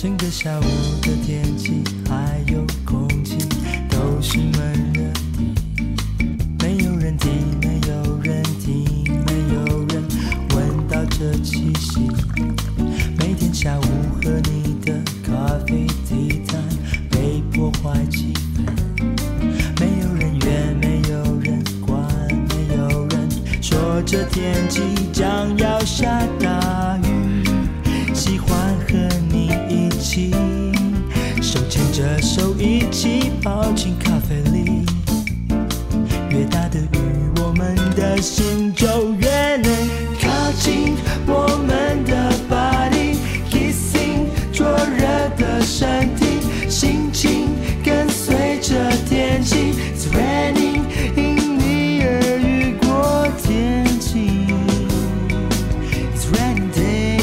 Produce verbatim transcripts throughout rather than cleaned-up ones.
整个下午的天气还有空气都是闷热的，没有人听，没有人听，没有人闻到这气息。每天下午和你的咖啡地毯被破坏气氛，没有人约，没有人管，没有人说这天气将要下大雨。喜欢和你一起手牵着手一起泡进咖啡里，越大的雨我们的心就越能靠近，我们的 body kissing 灼热的身体，心情跟随着天气 It's raining 因你而雨过天晴 It's raining day、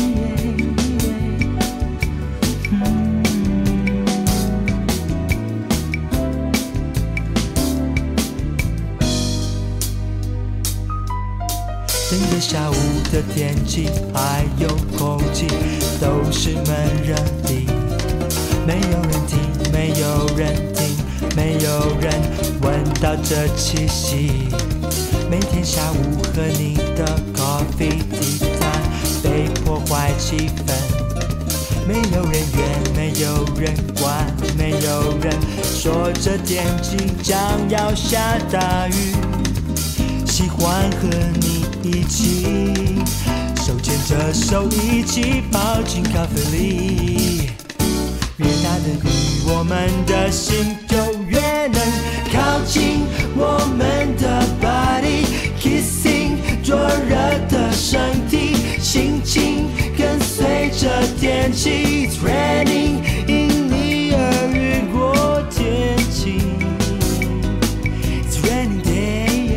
嗯、整个下午的天气还有空气都是闷热的，没有人听，没有人听，没有人闻到这气息。每天下午和你的咖啡地毯被破坏气氛，没有人约，没有人管，没有人说这天气将要下大雨。喜欢和你一起手牵着手一起泡进咖啡里，越大的雨我们的心就越能靠近，我们的 body kissing 灼热的身体，心情跟随着天气 It's raining 因你而雨过天晴 It's raining day。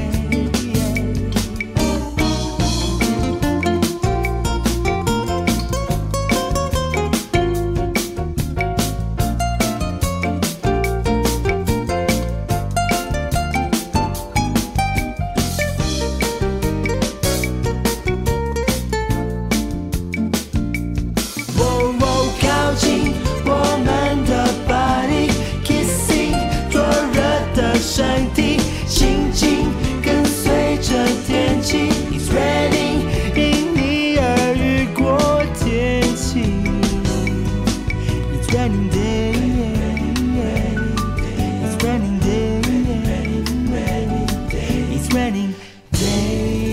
身体心情跟随着天气 It's raining 因你而雨过天晴 It's raining day It's raining day It's raining day。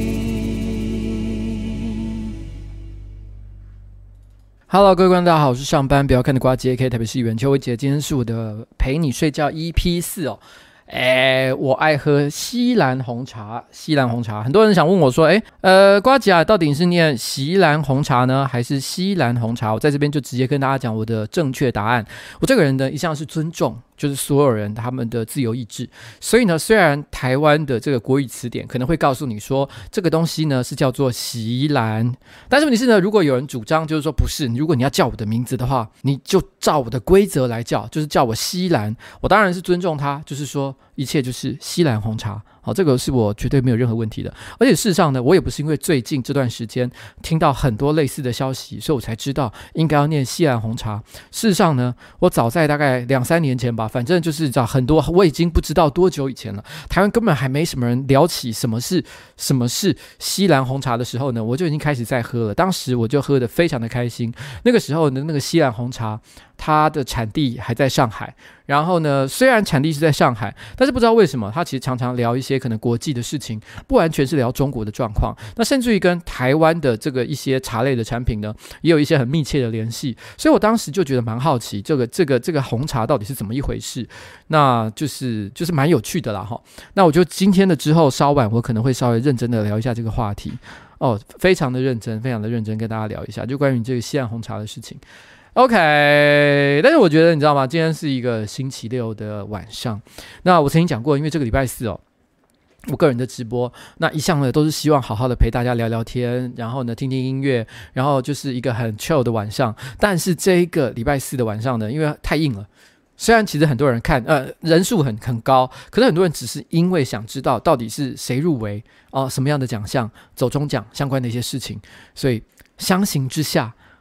Hello， 各位观众大家好，我是上班不要看的瓜姐 A K 台北市议员邱伟杰，今天是我的陪你睡觉 E P 四哦。哎，我爱喝锡兰红茶，锡兰红茶，很多人想问我说，哎，呃，瓜姐啊，到底是念锡兰红茶呢，还是锡兰红茶？我在这边就直接跟大家讲我的正确答案。我这个人呢，一向是尊重，就是所有人他们的自由意志。所以呢，虽然台湾的这个国语词典可能会告诉你说，这个东西呢是叫做锡兰，但是问题是呢，如果有人主张就是说不是，如果你要叫我的名字的话，你就照我的规则来叫，就是叫我锡兰，我当然是尊重他，就是说一切就是锡兰红茶。好，这个是我绝对没有任何问题的。而且事实上呢，我也不是因为最近这段时间听到很多类似的消息，所以我才知道应该要念锡兰红茶。事实上呢，我早在大概两三年前吧，反正就是找很多，我已经不知道多久以前了。台湾根本还没什么人聊起什么是什么是锡兰红茶的时候呢，我就已经开始在喝了。当时我就喝得非常的开心。那个时候呢，那个锡兰红茶它的产地还在上海，然后呢，虽然产地是在上海，但是不知道为什么，他其实常常聊一些可能国际的事情，不完全是聊中国的状况，那甚至于跟台湾的这个一些茶类的产品呢，也有一些很密切的联系。所以我当时就觉得蛮好奇，这个这个这个红茶到底是怎么一回事，那就是就是蛮有趣的啦哈。那我就今天的之后稍晚，我可能会稍微认真的聊一下这个话题哦，非常的认真，非常的认真跟大家聊一下，就关于这个锡兰红茶的事情。OK， 但是我觉得你知道吗？今天是一个星期六的晚上。那我曾经讲过，因为这个礼拜四哦，我个人的直播，那一向呢都是希望好好的陪大家聊聊天，然后呢听听音乐，然后就是一个很 chill 的晚上。但是这一个礼拜四的晚上呢，因为太硬了。虽然其实很多人看，呃，人数很很高，可是很多人只是因为想知道到底是谁入围哦、呃，什么样的奖项，走中奖相关的一些事情，所以相形之下。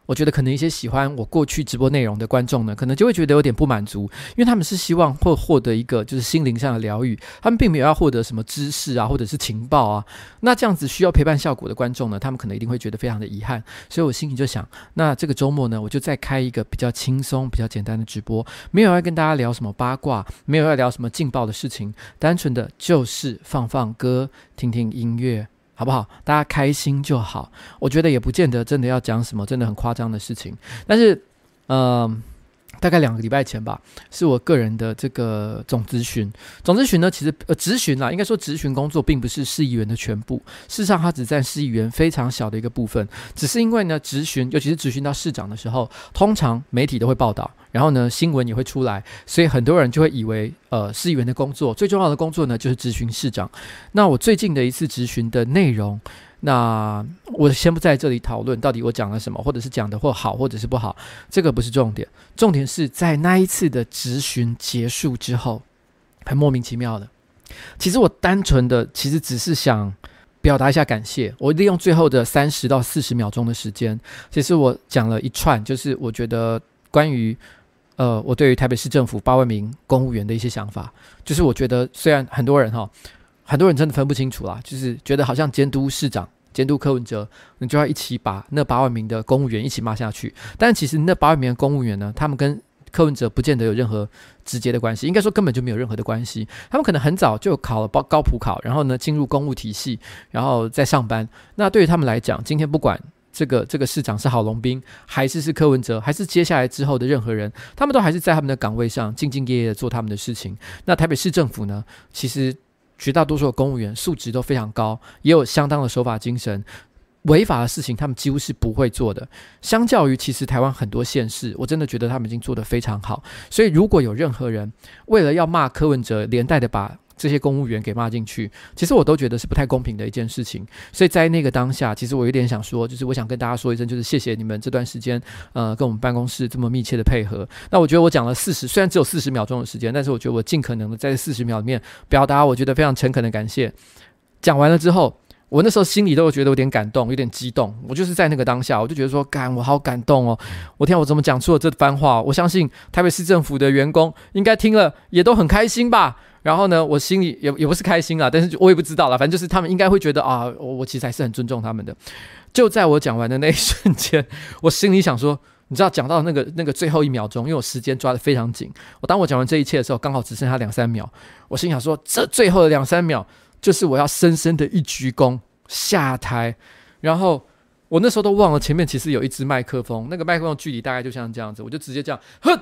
我觉得可能一些喜欢我过去直播内容的观众呢，可能就会觉得有点不满足，因为他们是希望会获得一个就是心灵上的疗愈，他们并没有要获得什么知识啊，或者是情报啊。那这样子需要陪伴效果的观众呢，他们可能一定会觉得非常的遗憾。所以我心里就想，那这个周末呢，我就再开一个比较轻松、比较简单的直播，没有要跟大家聊什么八卦，没有要聊什么劲爆的事情，单纯的就是放放歌、听听音乐。好不好？大家开心就好。我觉得也不见得真的要讲什么真的很夸张的事情，但是，呃，大概两个礼拜前吧，是我个人的这个总咨询。总咨询呢，其实呃，咨询啦，应该说咨询工作并不是市议员的全部，事实上它只占市议员非常小的一个部分。只是因为呢，咨询，尤其是咨询到市长的时候，通常媒体都会报道。然后呢，新闻也会出来，所以很多人就会以为，呃，市议员的工作最重要的工作呢，就是质询市长。那我最近的一次质询的内容，那我先不在这里讨论到底我讲了什么，或者是讲的或好，或者是不好，这个不是重点。重点是在那一次的质询结束之后，很莫名其妙的。其实我单纯的，其实只是想表达一下感谢。我利用最后的三十到四十秒钟的时间，其实我讲了一串，就是我觉得关于。呃，我对于台北市政府八万名公务员的一些想法，就是我觉得虽然很多人哈，很多人真的分不清楚啦，就是觉得好像监督市长、监督柯文哲，你就要一起把那八万名的公务员一起骂下去。但其实那八万名的公务员呢，他们跟柯文哲不见得有任何直接的关系，应该说根本就没有任何的关系。他们可能很早就考了高普考，然后呢进入公务体系，然后再上班。那对于他们来讲，今天不管这个这个市长是郝龙斌，还是是柯文哲，还是接下来之后的任何人，他们都还是在他们的岗位上兢兢业业的做他们的事情。那台北市政府呢，其实绝大多数的公务员素质都非常高，也有相当的守法精神。违法的事情他们几乎是不会做的，相较于其实台湾很多县市，我真的觉得他们已经做得非常好。所以如果有任何人为了要骂柯文哲，连带的把这些公务员给骂进去，其实我都觉得是不太公平的一件事情。所以在那个当下，其实我有点想说，就是我想跟大家说一声，就是谢谢你们这段时间呃跟我们办公室这么密切的配合。那我觉得我讲了四十，虽然只有四十秒钟的时间，但是我觉得我尽可能的在四十秒里面表达我觉得非常诚恳的感谢。讲完了之后，我那时候心里都觉得有点感动，有点激动。我就是在那个当下，我就觉得说，干，我好感动哦！我天，我怎么讲出了这番话？我相信台北市政府的员工应该听了也都很开心吧。然后呢，我心里 也, 也不是开心啦，但是我也不知道啦，反正就是他们应该会觉得啊，我, 我其实还是很尊重他们的。就在我讲完的那一瞬间，我心里想说，你知道，讲到那个那个最后一秒钟，因为我时间抓得非常紧，我当我讲完这一切的时候，刚好只剩下两三秒，我心想说，这最后的两三秒，就是我要深深的一鞠躬下台，然后我那时候都忘了前面其实有一支麦克风，那个麦克风的距离大概就像这样子，我就直接这样，哼。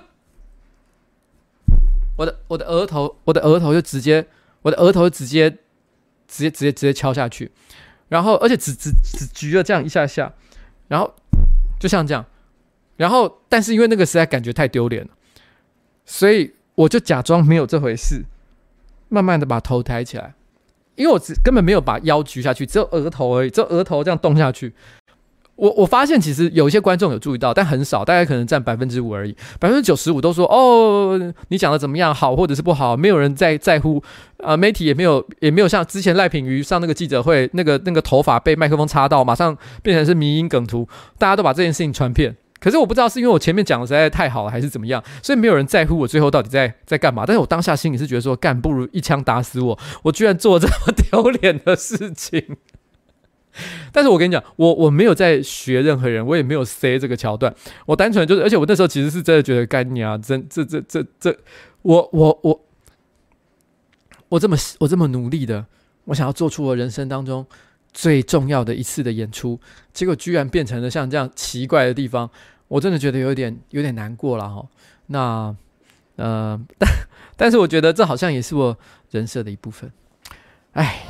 我的我的额头，我的额头就直接，我的额头就直接，直接直接直接敲下去，然后而且只只只举了这样一下下，然后就像这样，然后但是因为那个实在感觉太丢脸了，所以我就假装没有这回事，慢慢的把头抬起来，因为我只根本没有把腰举下去，只有额头而已，只有额头这样动下去。我我发现其实有一些观众有注意到，但很少，大概可能占百分之五而已。百分之九十五都说哦，你讲的怎么样，好或者是不好，没有人在在乎。啊、呃，媒体也没有也没有像之前赖品妤上那个记者会，那个那个头发被麦克风插到，马上变成是迷因梗图，大家都把这件事情传遍。可是我不知道是因为我前面讲的实在太好了，还是怎么样，所以没有人在乎我最后到底在在干嘛。但是我当下心里是觉得说，干不如一枪打死我，我居然做这么丢脸的事情。但是我跟你讲，我我没有在学任何人，我也没有 say 这个桥段，我单纯就是，而且我那时候其实是真的觉得，干你啊，真这这这这，我我我我这么我这么努力的，我想要做出我人生当中最重要的一次的演出，结果居然变成了像这样奇怪的地方，我真的觉得有点有点难过了哈。那呃，但但是我觉得这好像也是我人设的一部分，哎。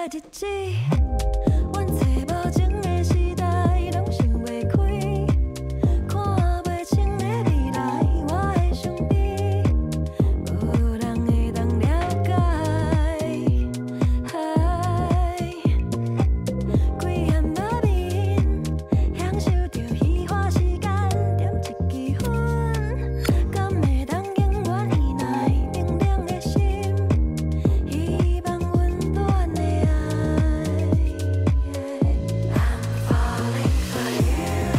日子，阮找无情的时代，拢想袂开，看袂清的未来，我的伤悲，无人会当了解。规暗暝面，享受着虚华时间，点一支烟，敢会当永远依赖冰冷的心，希望温暖的爱。I'm falling for you,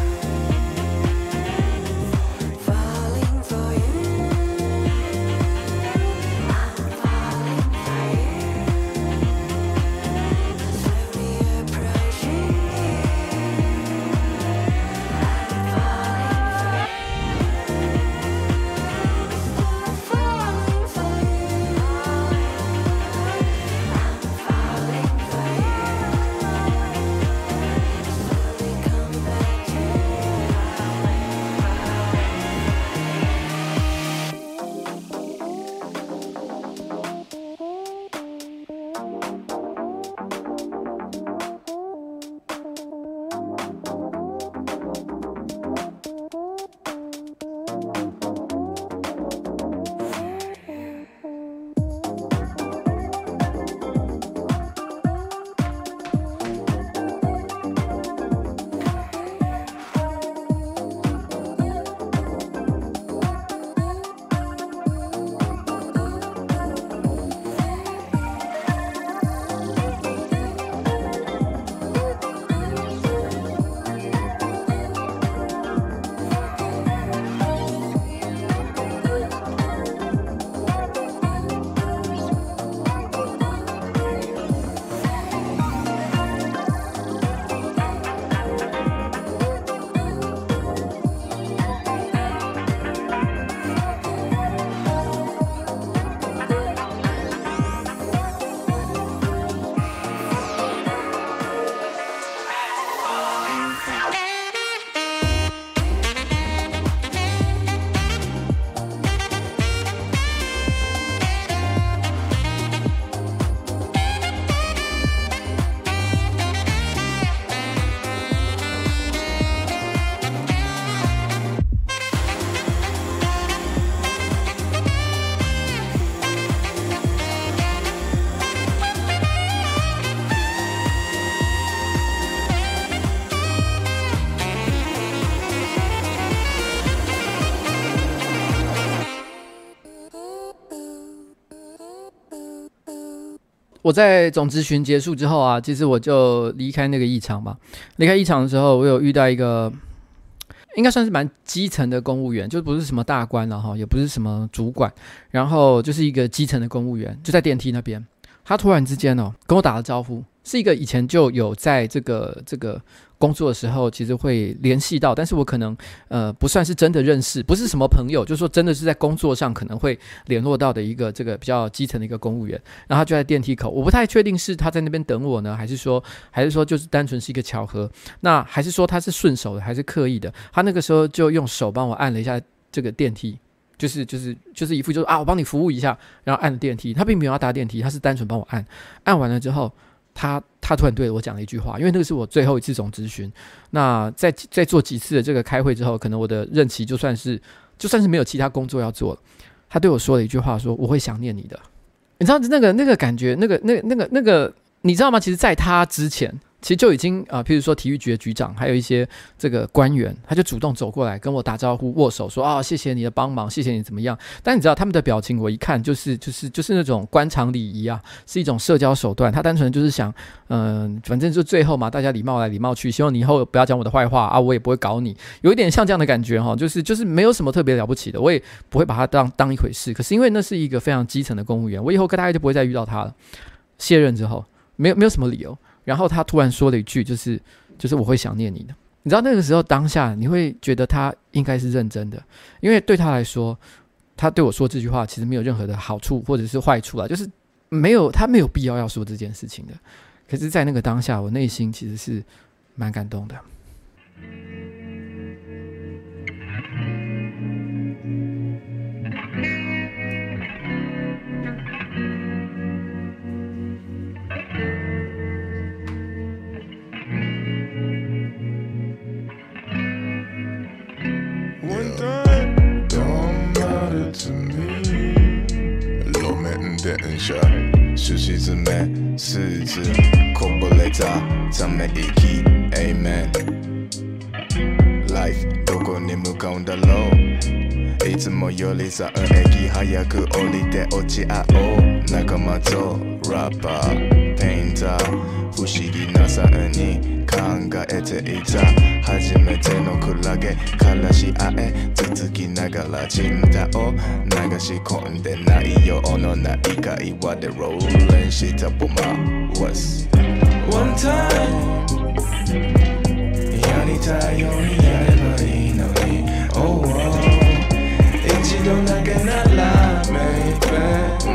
falling for you. I'm falling for you, slowly approaching you. I'm falling for you, still falling for you. I'm falling for you, slowly come back to you. 我在总咨询结束之后啊，其实我就离开那个议场嘛。离开议场的时候，我有遇到一个应该算是蛮基层的公务员，就不是什么大官了哈，也不是什么主管，然后就是一个基层的公务员，就在电梯那边，他突然之间哦跟我打了招呼，是一个以前就有在这个这个工作的时候其实会联系到，但是我可能呃不算是真的认识，不是什么朋友，就是说真的是在工作上可能会联络到的一个这个比较基层的一个公务员，然后他就在电梯口，我不太确定是他在那边等我呢，还是说还是说就是单纯是一个巧合，那还是说他是顺手的，还是刻意的，他那个时候就用手帮我按了一下这个电梯。就是就是就是一副就是啊，我帮你服务一下，然后按了电梯，他并没有要搭电梯，他是单纯帮我按，按完了之后，他他突然对我讲了一句话，因为那个是我最后一次总咨询，那在在做几次的这个开会之后，可能我的任期就算是就算是没有其他工作要做了，他对我说了一句话说，我会想念你的，你知道那个那个感觉，那个那个那个那个，你知道吗？其实，在他之前。其实就已经啊、呃，譬如说体育局的局长，还有一些这个官员，他就主动走过来跟我打招呼、握手，说啊，谢谢你的帮忙，谢谢你怎么样？但你知道他们的表情，我一看就是就是就是那种官场礼仪啊，是一种社交手段。他单纯就是想，嗯、呃，反正就最后嘛，大家礼貌来礼貌去，希望你以后不要讲我的坏话啊，我也不会搞你，有一点像这样的感觉哈，就是就是没有什么特别了不起的，我也不会把他当当一回事。可是因为那是一个非常基层的公务员，我以后大概就不会再遇到他了。卸任之后，没有没有什么理由。然后他突然说了一句，就是就是我会想念你的。你知道那个时候当下，你会觉得他应该是认真的，因为对他来说，他对我说这句话其实没有任何的好处或者是坏处啦，就是没有他没有必要要说这件事情的。可是，在那个当下，我内心其实是蛮感动的。 路面的暗下，休息之美，四肢口不累杂，咱们一起 Amen。Life どこに向かうんだろう。いつもよりさん駅早く降りて落ち合おう。仲間とラッパー、ペインター、不思議なさに考えていた。初めてのクラゲからし合え、続きながらチンタを流し込んで内容のない会話でローレンしたボマー was one time。やりたいようにやればいいのに、oh, oh。一度だけなら baby、うん、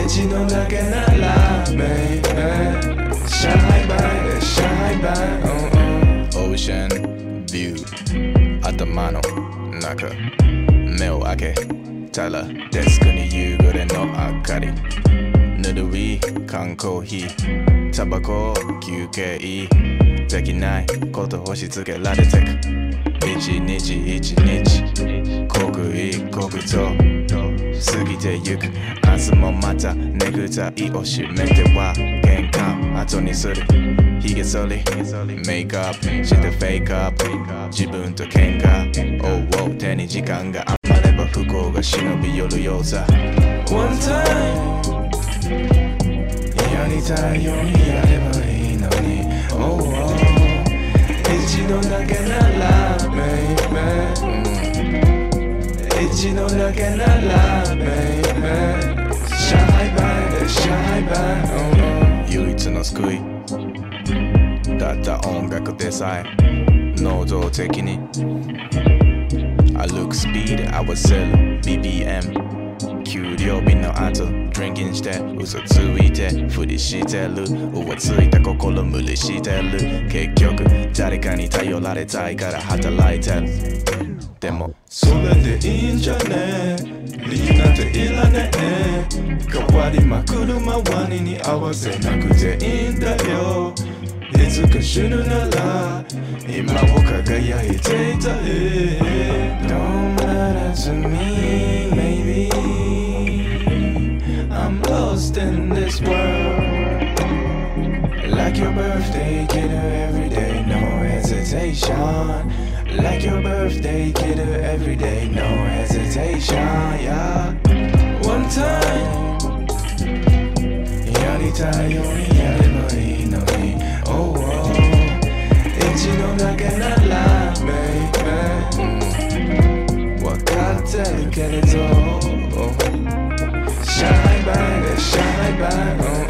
一度だけなら baby、 上海版で上海版、うんうん、Ocean View 頭の中目を開けたらデスクに夕暮れの明かり、ぬるい缶コーヒー、タバコ休憩できないこと押し付けられてく一日一日刻一刻と過ぎてゆく。明日もまたネクタイを締めては玄関後にするひげ剃りメイクアップしてフェイクアップ自分と喧嘩、oh, oh、手に時間が余れば不幸が忍び寄るようさ。 One time やりたいようにやればいいのに、oh, oh、一度だけなら baby、うん、一度だけなら baby、 上海版で上海版、うん、唯一の救いだった音楽でさえ能動的に I look speed I was sell ビービーエム給料日の後ドリンキンして嘘ついてふりしてる、浮ついた心無理してる、結局誰かに頼られたいから働いてる。でもそれでいいんじゃね、理由なんていらねえ、変わりまくる周りに合わせなくていいんだよ。いつか死ぬなら今を輝いていたい。 Don't matter to me maybe I'm lost in this world like your birthday kiddo every day no hesitation like your birthday kiddo every day no hesitation yeah one time やりたいようにやればいいのに oh, oh 一度だけなら baby、うん、分かってるけれど上海版で上海版、うん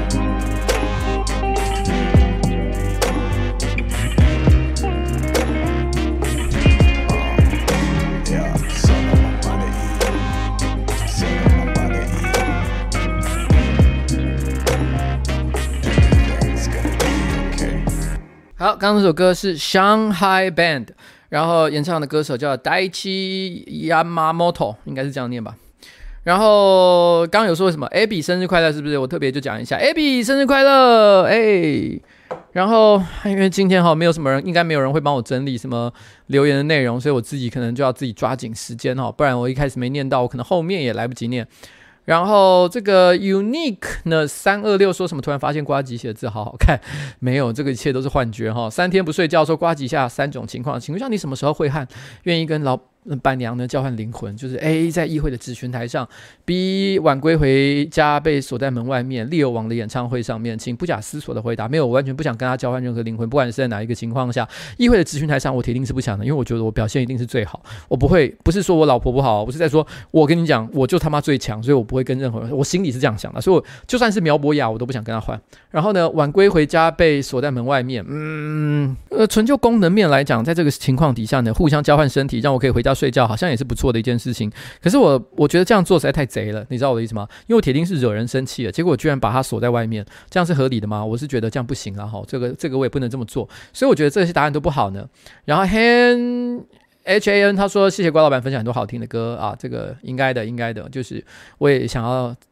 好，刚刚这首歌是 Shanghai Band， 然后演唱的歌手叫 Daichi Yamamoto， 应该是这样念吧。然后刚刚有说什么 Abby 生日快乐是不是？我特别就讲一下 Abby 生日快乐，哎。然后因为今天哈没有什么人，应该没有人会帮我整理什么留言的内容，所以我自己可能就要自己抓紧时间哈，不然我一开始没念到，我可能后面也来不及念。然后这个 Unique 呢三二六说什么突然发现呱吉写的字好好看，没有，这个一切都是幻觉哈。三天不睡觉说呱吉下三种情况，请问一下你什么时候会和愿意跟老伴娘呢交换灵魂？就是 A 在议会的质询台上， B 晚归回家被锁在门外面，利友网的演唱会上面，请不假思索的回答。没有，我完全不想跟他交换任何灵魂，不管是在哪一个情况下。议会的质询台上我铁定是不想的，因为我觉得我表现一定是最好，我不会，不是说我老婆不好，我是在说我跟你讲我就他妈最强，所以我不会跟任何人，我心里是这样想的，所以我就算是苗博雅我都不想跟他换。然后呢晚归回家被锁在门外面，嗯呃纯就功能面来讲，在这个情况底下呢互相交换身体让我可以回家睡觉，好像也是不错的一件事情。可是我我觉得这样做实在太贼了，你知道我的意思吗？因为我铁定是惹人生气了，结果我居然把他锁在外面，这样是合理的吗？我是觉得这样不行啊，这个这个我也不能这么做，所以我觉得这些答案都不好呢。然后 Han H A N 他说谢谢瓜老板分享很多好听的歌啊，这个应该的应该的，就是我也想要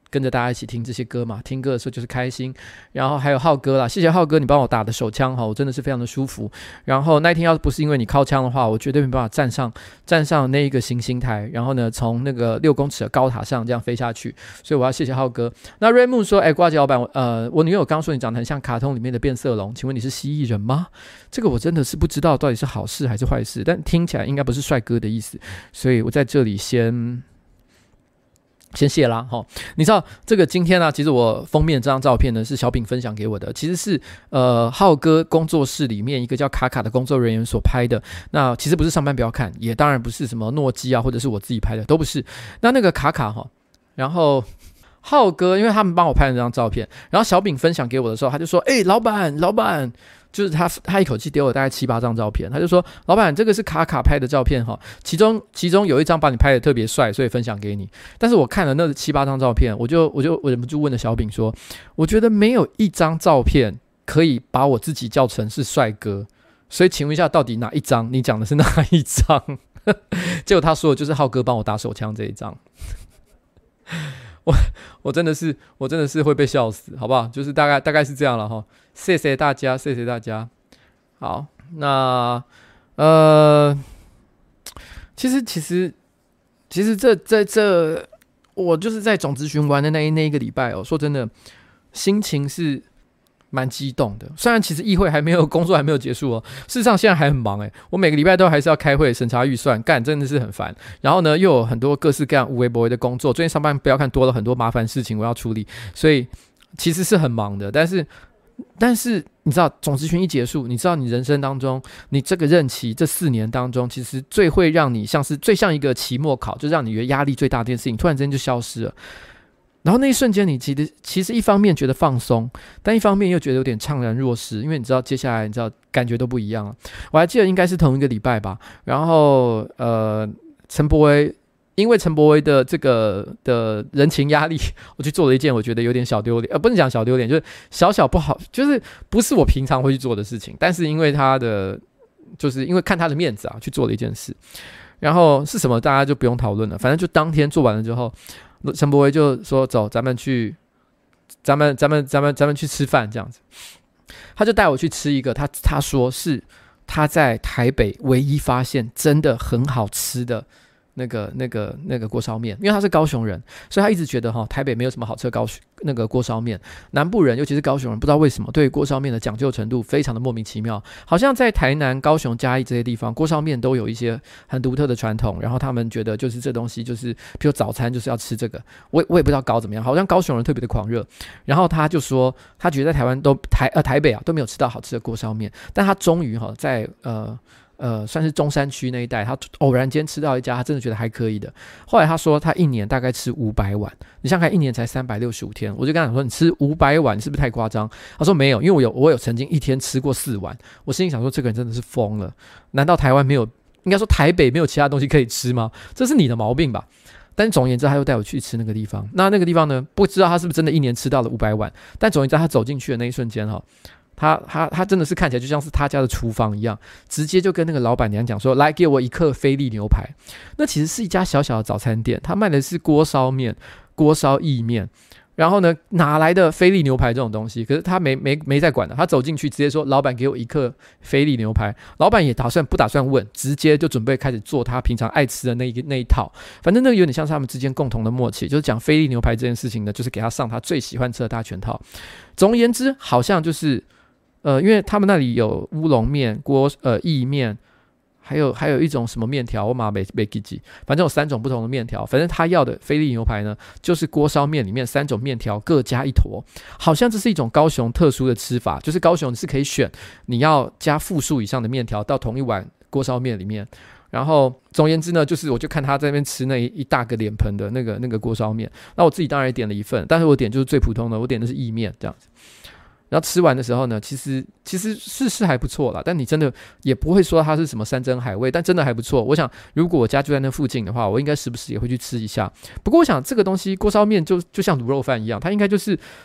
跟着大家一起听这些歌嘛，听歌的时候就是开心。然后还有浩哥啦，谢谢浩哥你帮我打的手枪哈，我真的是非常的舒服。然后那一天要不是因为你靠枪的话，我绝对没办法站上站上那一个行星台，然后呢从那个六公尺的高塔上这样飞下去，所以我要谢谢浩哥。那瑞木说，哎，瓜姐老板，呃，我女友刚说你长得很像卡通里面的变色龙，请问你是蜥蜴人吗？这个我真的是不知道到底是好事还是坏事，但听起来应该不是帅哥的意思，所以我在这里先。先谢啦齁，你知道这个今天呢、啊，其实我封面这张照片呢是小饼分享给我的，其实是呃浩哥工作室里面一个叫卡卡的工作人员所拍的。那其实不是上班不要看，也当然不是什么诺基啊，或者是我自己拍的，都不是。那那个卡卡齁，然后浩哥因为他们帮我拍了这张照片，然后小饼分享给我的时候，他就说：“哎、欸，老板，老板。”就是他，他一口气给我大概七八张照片，他就说：“老板，这个是卡卡拍的照片哈，其中其中有一张把你拍的特别帅，所以分享给你。但是我看了那七八张照片，我就我就我忍不住问了小饼说，我觉得没有一张照片可以把我自己叫成是帅哥，所以请问一下，到底哪一张？你讲的是哪一张？”结果他说的就是浩哥帮我打手枪这一张。我我真的是我真的是会被笑死，好不好？就是大概大概是这样了哈。谢谢大家，谢谢大家。好，那呃，其实其实其实这这这，我就是在总咨询完的那一那一个礼拜哦，说真的，心情是蛮激动的。虽然其实议会还没有工作还没有结束哦，事实上现在还很忙哎，我每个礼拜都还是要开会审查预算，干真的是很烦。然后呢，又有很多各式各样无微不微的工作，最近上班不要看多了很多麻烦事情我要处理，所以其实是很忙的。但是但是你知道，总咨询一结束，你知道你人生当中，你这个任期这四年当中，其实最会让你像是最像一个期末考，就让你觉得压力最大的一件事情，突然之间就消失了。然后那一瞬间，你其实其实一方面觉得放松，但一方面又觉得有点怅然若失，因为你知道接下来你知道感觉都不一样了。我还记得应该是同一个礼拜吧，然后呃，陈柏惟。因为陈柏惟的这个的人情压力，我去做了一件我觉得有点小丢脸，呃，不能讲小丢脸，就是小小不好，就是不是我平常会去做的事情，但是因为他的，就是因为看他的面子啊，去做了一件事。然后是什么，大家就不用讨论了，反正就当天做完了之后，陈柏惟就说：“走，咱们去，咱们咱们咱们咱们去吃饭这样子。”他就带我去吃一个，他他说是他在台北唯一发现真的很好吃的。那个、那个、那个锅烧面，因为他是高雄人，所以他一直觉得哈台北没有什么好吃的高那个锅烧面。南部人，尤其是高雄人，不知道为什么对锅烧面的讲究程度非常的莫名其妙。好像在台南、高雄、嘉义这些地方，锅烧面都有一些很独特的传统，然后他们觉得就是这东西就是，比如早餐就是要吃这个。我我也不知道搞怎么样，好像高雄人特别的狂热。然后他就说，他觉得在台湾都台呃台北啊都没有吃到好吃的锅烧面，但他终于哈在呃。呃，算是中山区那一带，他偶然间吃到一家他真的觉得还可以的。后来他说他一年大概吃五百碗，你想想看，一年才三百六十五天，我就跟他讲说，你吃五百碗是不是太夸张？他说没有，因为我有我有曾经一天吃过四碗。我心里想说，这个人真的是疯了，难道台湾没有，应该说台北没有其他东西可以吃吗？这是你的毛病吧？但总而言之，他又带我去吃那个地方。那那个地方呢，不知道他是不是真的一年吃到了五百碗，但总而言之，他走进去的那一瞬间哈。他他他真的是看起来就像是他家的厨房一样，直接就跟那个老板娘讲说：“来，给我一克菲力牛排。”那其实是一家小小的早餐店，他卖的是锅烧面、锅烧意面。然后呢，哪来的菲力牛排这种东西？可是他没没没在管的，他走进去直接说：“老板，给我一克菲力牛排。”老板也打算不打算问，直接就准备开始做他平常爱吃的那一那一套。反正那个有点像是他们之间共同的默契，就是讲菲力牛排这件事情呢，就是给他上他最喜欢吃的大全套。总而言之，好像就是。呃，因为他们那里有乌龙面、锅呃意面，还有还有一种什么面条，我马没没记记，反正有三种不同的面条。反正他要的菲力牛排呢，就是锅烧面里面三种面条各加一坨，好像这是一种高雄特殊的吃法，就是高雄是可以选你要加复数以上的面条到同一碗锅烧面里面。然后总而言之呢，就是我就看他在那边吃那 一, 一大个脸盆的那个那个锅烧面，那我自己当然也点了一份，但是我点就是最普通的，我点的是意面这样子。然后吃完的时候呢，其实其实是是还不错啦，但你真的也不会说它是什么山珍海味，但真的还不错。我想，如果我家就在那附近的话，我应该时不时也会去吃一下。不过我想这个东西锅烧面就就像卤肉饭一样，它应该就是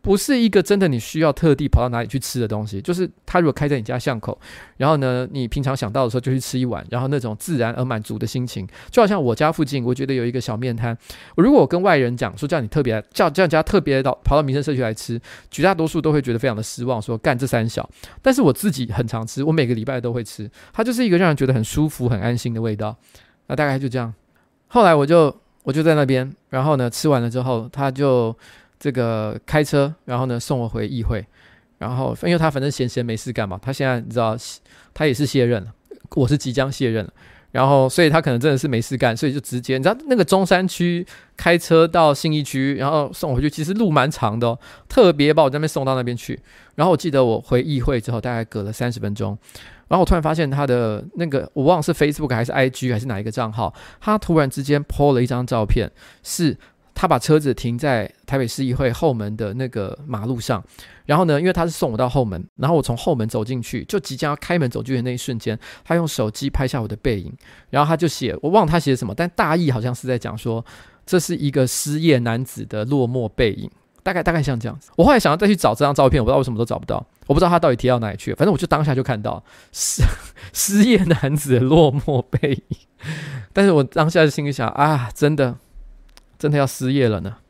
不是一个真的你需要特地跑到哪里去吃的东西，就是它如果开在你家巷口，然后呢你平常想到的时候就去吃一碗，然后那种自然而满足的心情，就好像我家附近我觉得有一个小面摊，如果我跟外人讲说叫你特别叫叫人家特别到跑到民生社区来吃，绝大多数都会觉得非常的失望，说干这三小，但是我自己很常吃，我每个礼拜都会吃，它就是一个让人觉得很舒服很安心的味道。那大概就这样，后来我就我就在那边，然后呢吃完了之后他就这个开车，然后呢送我回议会，然后因为他反正闲闲没事干嘛，他现在你知道他也是卸任了，我是即将卸任了，然后所以他可能真的是没事干，所以就直接你知道那个中山区开车到信义区，然后送我回去，其实路蛮长的哦，特别把我在那边送到那边去。然后我记得我回议会之后大概隔了三十分钟，然后我突然发现他的那个我忘了是 Facebook 还是 I G 还是哪一个账号，他突然之间 po 了一张照片，是他把车子停在台北市议会后门的那个马路上，然后呢因为他是送我到后门，然后我从后门走进去，就即将要开门走进去的那一瞬间，他用手机拍下我的背影，然后他就写，我忘了他写什么，但大意好像是在讲说这是一个失业男子的落寞背影，大概大概像这样子。我后来想要再去找这张照片，我不知道为什么都找不到，我不知道他到底贴到哪里去了，反正我就当下就看到失失业男子的落寞背影，但是我当下心里想啊，真的真的要失业了呢。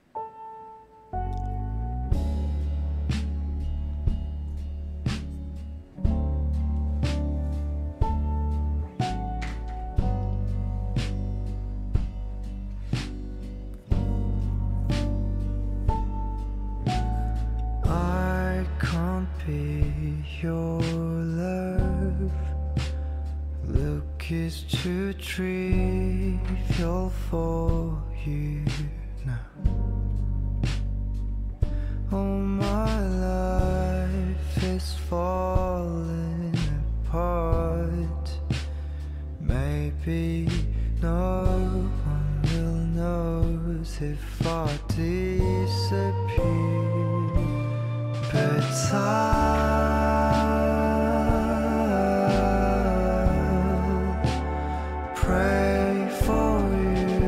I can't be your love. Look is too trivial for you now. Oh, my life is falling apart. Maybe no one will notice if I disappear, but I'll pray for you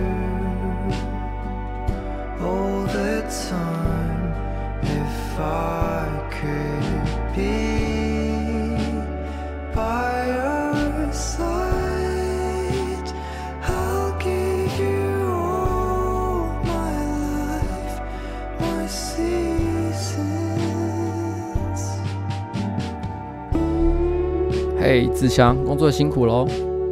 all the time. If I could be by your side, I'll give you all my life, my seasons. 嘿，子祥，工作辛苦喽。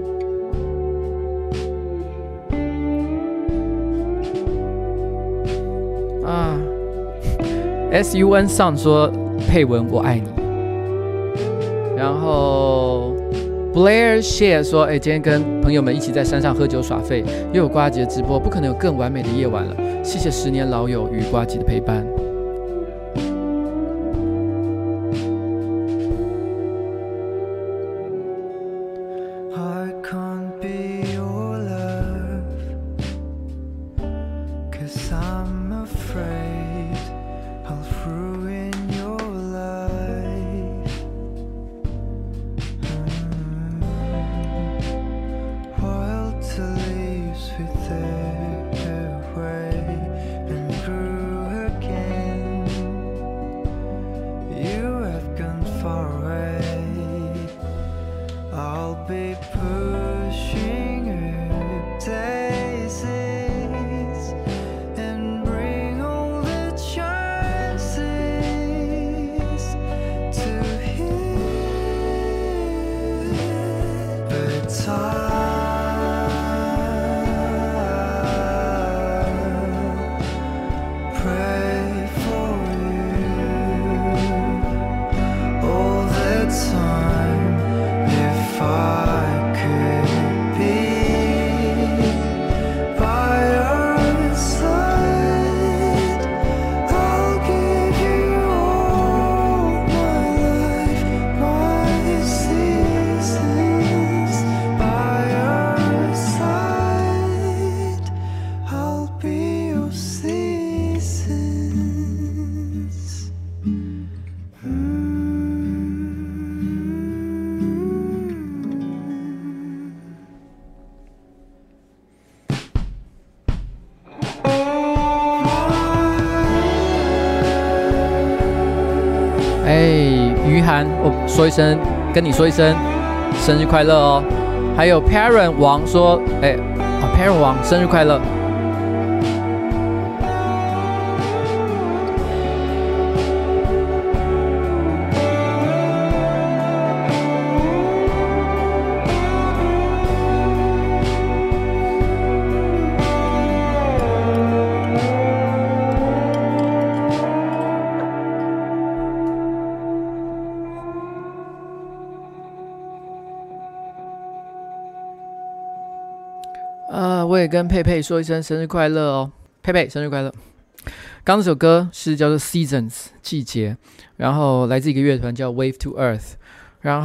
啊 ，S U N 上说佩文我爱你，然后 Blair Share 说，哎，今天跟朋友们一起在山上喝酒耍废，又有瓜姐直播，不可能有更完美的夜晚了。谢谢十年老友与瓜姐的陪伴。 I can't be your love, 'cause I'm afraid I'll ruin your life. Mm. Wild to leaves withered away and grew again. You have gone far away. I'll be pushing up daisies and bring all the chances 涵，我说一声，跟你说一声生日快乐哦。还有 Parent 王说，哎、啊 Parent 王生日快乐。呃，我也跟佩佩说一声生日快乐哦，佩佩生日快乐。刚刚这首歌是叫做 Seasons 季节，然后来自一个乐团叫 Wave to Earth， 然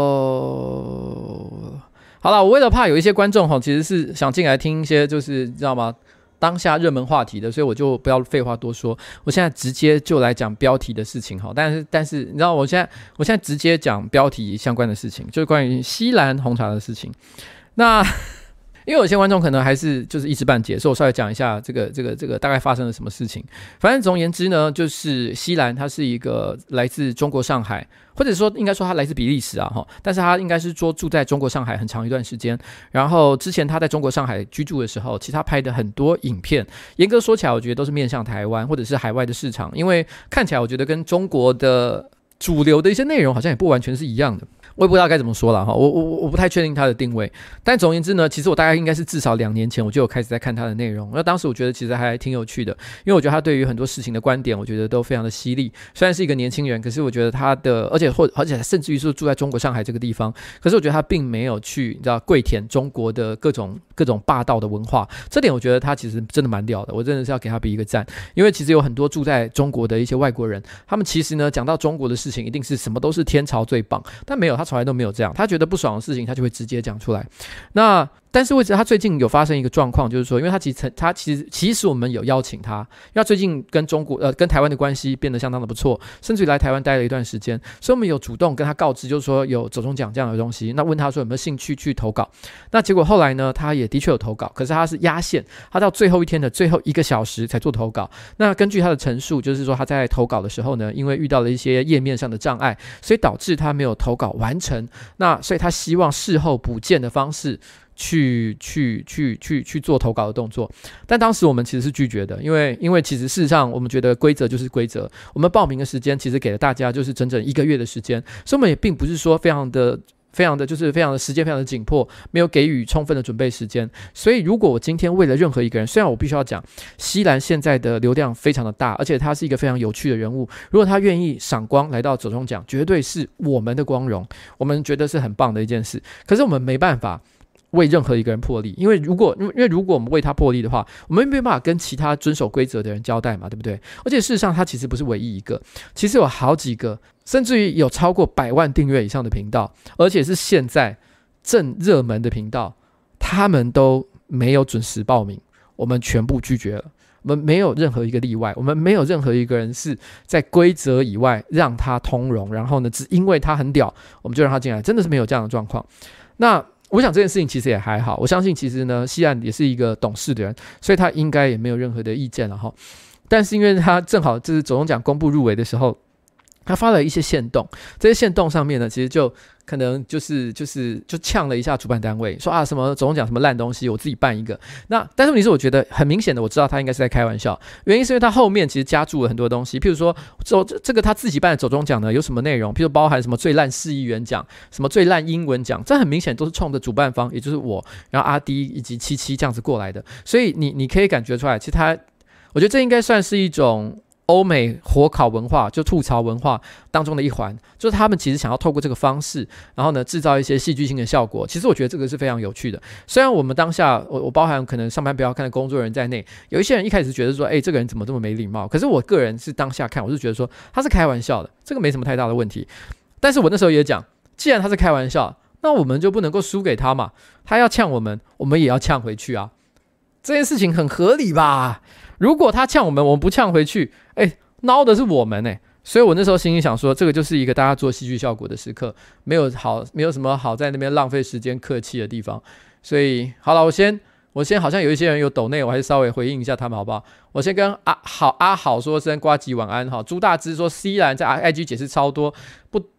后好了，我为了怕有一些观众其实是想进来听一些就是知道吗当下热门话题的，所以我就不要废话多说，我现在直接就来讲标题的事情哈。但是但是你知道我现在我现在直接讲标题相关的事情，就是关于西兰红茶的事情。那因为有些观众可能还是就是一知半解，所以我稍微讲一下这个这个这个大概发生了什么事情。反正总而言之呢，就是西兰它是一个来自中国上海，或者说应该说它来自比利时啊，但是它应该是说住在中国上海很长一段时间。然后之前他在中国上海居住的时候，其实他拍的很多影片，严格说起来，我觉得都是面向台湾或者是海外的市场，因为看起来我觉得跟中国的主流的一些内容好像也不完全是一样的。我也不知道该怎么说了哈，我我我不太确定它的定位，但总而言之呢，其实我大概应该是至少两年前我就有开始在看它的内容，那当时我觉得其实还挺有趣的，因为我觉得他对于很多事情的观点，我觉得都非常的犀利。虽然是一个年轻人，可是我觉得他的，而且或而且甚至于是住在中国上海这个地方，可是我觉得他并没有去你知道跪舔中国的各种各种霸道的文化，这点我觉得他其实真的蛮屌的，我真的是要给他比一个赞。因为其实有很多住在中国的一些外国人，他们其实呢讲到中国的事情，一定是什么都是天朝最棒，但没有，他从来都没有这样。他觉得不爽的事情，他就会直接讲出来。那但是为什么他最近有发生一个状况，就是说，因为他其实他其实其实我们有邀请他，因为他最近跟中国呃跟台湾的关系变得相当的不错，甚至于来台湾待了一段时间，所以我们有主动跟他告知，就是说有走中奖这样的东西，那问他说有没有兴趣去投稿。那结果后来呢，他也的确有投稿，可是他是压线，他到最后一天的最后一个小时才做投稿。那根据他的陈述，就是说他在投稿的时候呢，因为遇到了一些页面上的障碍，所以导致他没有投稿完成。那所以他希望事后补件的方式去去去去去做投稿的动作，但当时我们其实是拒绝的，因为因为其实事实上我们觉得规则就是规则，我们报名的时间其实给了大家就是整整一个月的时间，所以我们也并不是说非常的非常的就是非常的时间非常的紧迫，没有给予充分的准备时间。所以如果我今天为了任何一个人，虽然我必须要讲西兰现在的流量非常的大，而且他是一个非常有趣的人物，如果他愿意赏光来到走中奖，绝对是我们的光荣，我们觉得是很棒的一件事。可是我们没办法为任何一个人破例，因为如果因为如果我们为他破例的话，我们没办法跟其他遵守规则的人交代嘛，对不对？而且事实上他其实不是唯一一个，其实有好几个，甚至于有超过百万订阅以上的频道，而且是现在正热门的频道，他们都没有准时报名，我们全部拒绝了。我们没有任何一个例外，我们没有任何一个人是在规则以外让他通融，然后呢只因为他很屌我们就让他进来，真的是没有这样的状况。那我想这件事情其实也还好，我相信其实呢西岸也是一个懂事的人，所以他应该也没有任何的意见了哈。但是因为他正好就是走中奖公布入围的时候，他发了一些限动，这些限动上面呢其实就可能就是就是就呛了一下主办单位，说啊什么走中奖什么烂东西，我自己办一个。那但是问题是我觉得很明显的，我知道他应该是在开玩笑，原因是因为他后面其实加注了很多东西，譬如说走这个他自己办的走中奖呢有什么内容，譬如包含什么最烂市议员奖，什么最烂英文奖，这很明显都是冲着主办方，也就是我，然后阿迪以及七七这样子过来的，所以你你可以感觉出来，其实他我觉得这应该算是一种欧美火烤文化，就吐槽文化当中的一环，就是他们其实想要透过这个方式，然后呢制造一些戏剧性的效果。其实我觉得这个是非常有趣的。虽然我们当下我我包含可能上班不要看的工作人员在内，有一些人一开始觉得说，哎，这个人怎么这么没礼貌？可是我个人是当下看，我是觉得说他是开玩笑的，这个没什么太大的问题。但是我那时候也讲，既然他是开玩笑，那我们就不能够输给他嘛。他要呛我们，我们也要呛回去啊。这件事情很合理吧？如果他呛我们，我们不呛回去，哎，孬的是我们哎。所以我那时候心里想说，这个就是一个大家做戏剧效果的时刻，没有好，没有什么好在那边浪费时间客气的地方。所以好了，我先我先好像有一些人有抖内，我还是稍微回应一下他们好不好？我先跟阿好阿好说声呱吉晚安哈。朱大芝说 C 兰在 I G 解释超多，不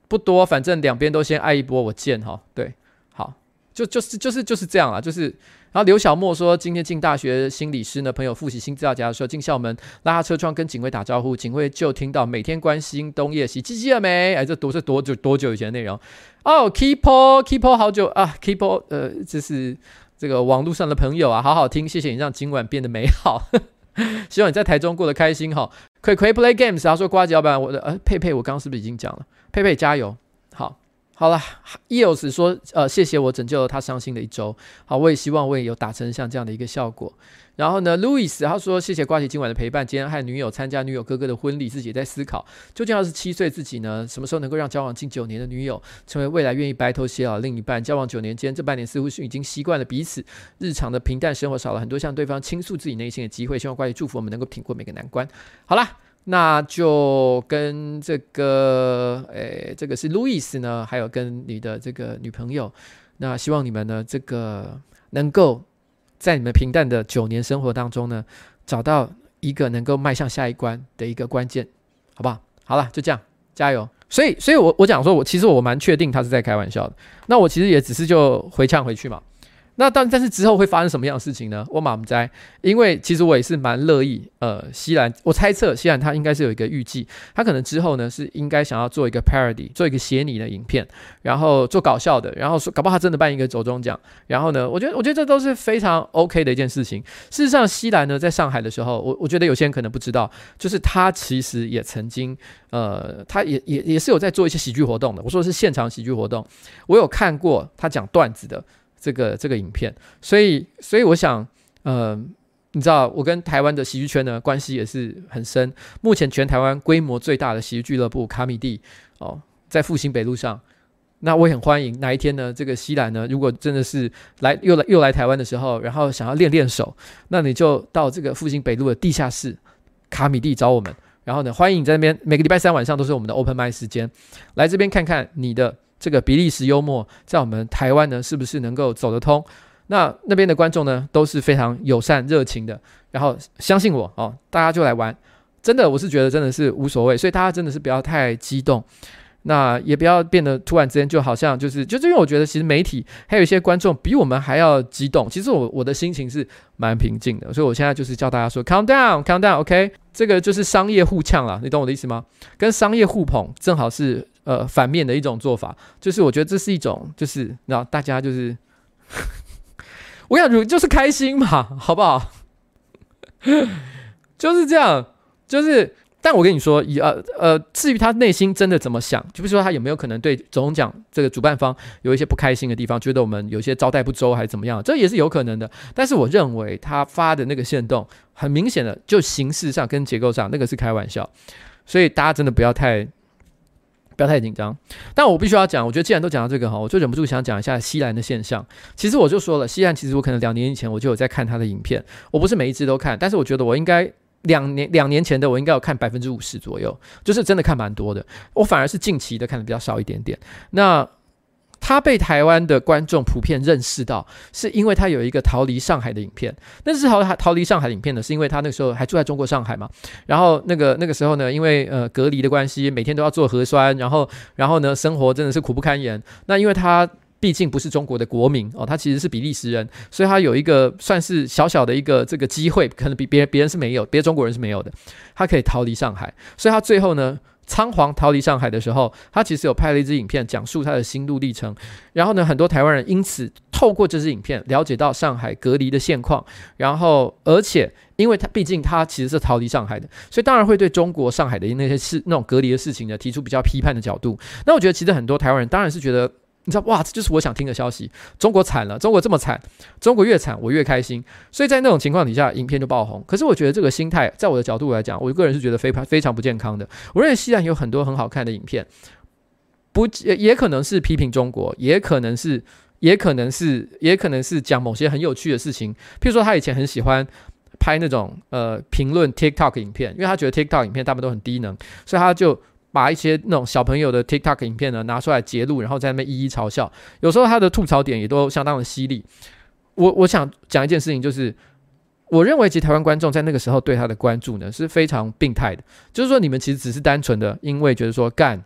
不多，反正两边都先爱一波，我见哈。对，好，就就是就是就是这样啦，就是。然后刘小莫说，今天进大学心理师呢，朋友复习新资料夹的时候，进校门拉下车窗跟警卫打招呼，警卫就听到每天关心冬夜袭，记记了没？哎，这多是多久多久以前的内容？哦 ，Keepo Keepo 好久啊 ，Keepo 呃，这是这个网络上的朋友啊，好好听，谢谢你让今晚变得美好。希望你在台中过得开心哈。葵葵 Play Games 他说呱吉老板，我的呃佩佩，我刚刚是不是已经讲了？佩佩加油，好。好了 ，E O S 说，呃，谢谢我拯救了他伤心的一周。好，我也希望我也有达成像这样的一个效果。然后呢 ，Louis 他说，谢谢呱吉今晚的陪伴。今天和女友参加女友哥哥的婚礼，自己也在思考，究竟二十七岁自己呢，什么时候能够让交往近九年的女友成为未来愿意白头偕老的另一半？交往九年间，这半年似乎是已经习惯了彼此日常的平淡生活，少了很多向对方倾诉自己内心的机会。希望呱吉祝福我们能够挺过每个难关。好啦。那就跟这个，诶，这个是路易斯呢，还有跟你的这个女朋友，那希望你们呢，这个能够在你们平淡的九年生活当中呢，找到一个能够迈向下一关的一个关键，好不好？好了，就这样，加油！所以，所以我我讲说，我其实我蛮确定他是在开玩笑的。那我其实也只是就回呛回去嘛。那但但是之后会发生什么样的事情呢？我马不知，因为其实我也是蛮乐意，呃，西兰，我猜测西兰他应该是有一个预计，他可能之后呢是应该想要做一个 parody， 做一个写你的影片，然后做搞笑的，然后说搞不好他真的办一个走中奖，然后呢，我觉得我觉得这都是非常 OK 的一件事情。事实上，西兰呢在上海的时候，我我觉得有些人可能不知道，就是他其实也曾经，呃，他也也也是有在做一些喜剧活动的。我说的是现场喜剧活动，我有看过他讲段子的。这个这个影片，所以所以我想，呃，你知道，我跟台湾的喜剧圈呢关系也是很深。目前全台湾规模最大的喜剧俱乐部卡米蒂哦，在复兴北路上。那我也很欢迎哪一天呢，这个西兰呢，如果真的是来又来又来台湾的时候，然后想要练练手，那你就到这个复兴北路的地下室卡米蒂找我们。然后呢，欢迎你在那边，每个礼拜三晚上都是我们的 open mic 时间，来这边看看你的。这个比利时幽默在我们台湾呢，是不是能够走得通？那那边的观众呢，都是非常友善热情的。然后相信我哦，大家就来玩，真的，我是觉得真的是无所谓，所以大家真的是不要太激动，那也不要变得突然之间就好像就是就是因为我觉得其实媒体还有一些观众比我们还要激动，其实我我的心情是蛮平静的，所以我现在就是叫大家说 count down count down OK， 这个就是商业互呛啦，你懂我的意思吗？跟商业互捧正好是。呃，反面的一种做法，就是我觉得这是一种，就是然后大家就是，我想就是开心嘛，好不好？就是这样，就是，但我跟你说，呃呃，至于他内心真的怎么想，就比如说他有没有可能对总奖这个主办方有一些不开心的地方，觉得我们有些招待不周还是怎么样，这也是有可能的。但是我认为他发的那个限动，很明显的就形式上跟结构上那个是开玩笑，所以大家真的不要太。不要太紧张，但我必须要讲，我觉得既然都讲到这个哈，我就忍不住想讲一下西兰的现象。其实我就说了，西兰其实我可能两年以前我就有在看他的影片，我不是每一支都看，但是我觉得我应该两年两年前的我应该有看百分之五十左右，就是真的看蛮多的。我反而是近期的看的比较少一点点。那他被台湾的观众普遍认识到，是因为他有一个逃离上海的影片。那是逃逃离上海的影片呢，是因为他那个时候还住在中国上海嘛。然后那个那个时候呢，因为呃隔离的关系，每天都要做核酸，然后然后呢生活真的是苦不堪言。那因为他毕竟不是中国的国民哦，他其实是比利时人，所以他有一个算是小小的一个这个机会，可能比别人别人是没有，别的中国人是没有的，他可以逃离上海。所以他最后呢。仓皇逃离上海的时候，他其实有拍了一支影片，讲述他的心路历程。然后呢，很多台湾人因此透过这支影片了解到上海隔离的现况。然后，而且因为他毕竟他其实是逃离上海的，所以当然会对中国上海的那些事、那种隔离的事情呢，提出比较批判的角度。那我觉得其实很多台湾人当然是觉得。你知道哇，这就是我想听的消息。中国惨了，中国这么惨，中国越惨我越开心。所以在那种情况底下，影片就爆红。可是我觉得这个心态，在我的角度来讲，我个人是觉得非非常不健康的。我认为西兰有很多很好看的影片，不也可能是批评中国，也可能是，也可能是，也可能是讲某些很有趣的事情。譬如说，他以前很喜欢拍那种呃评论 TikTok 影片，因为他觉得 TikTok 影片大部分都很低能，所以他就。把一些那种小朋友的 TikTok 影片呢拿出来截录，然后在那边一一嘲笑。有时候他的吐槽点也都相当的犀利。我我想讲一件事情，就是我认为其实台湾观众在那个时候对他的关注呢是非常病态的，就是说你们其实只是单纯的因为觉得说干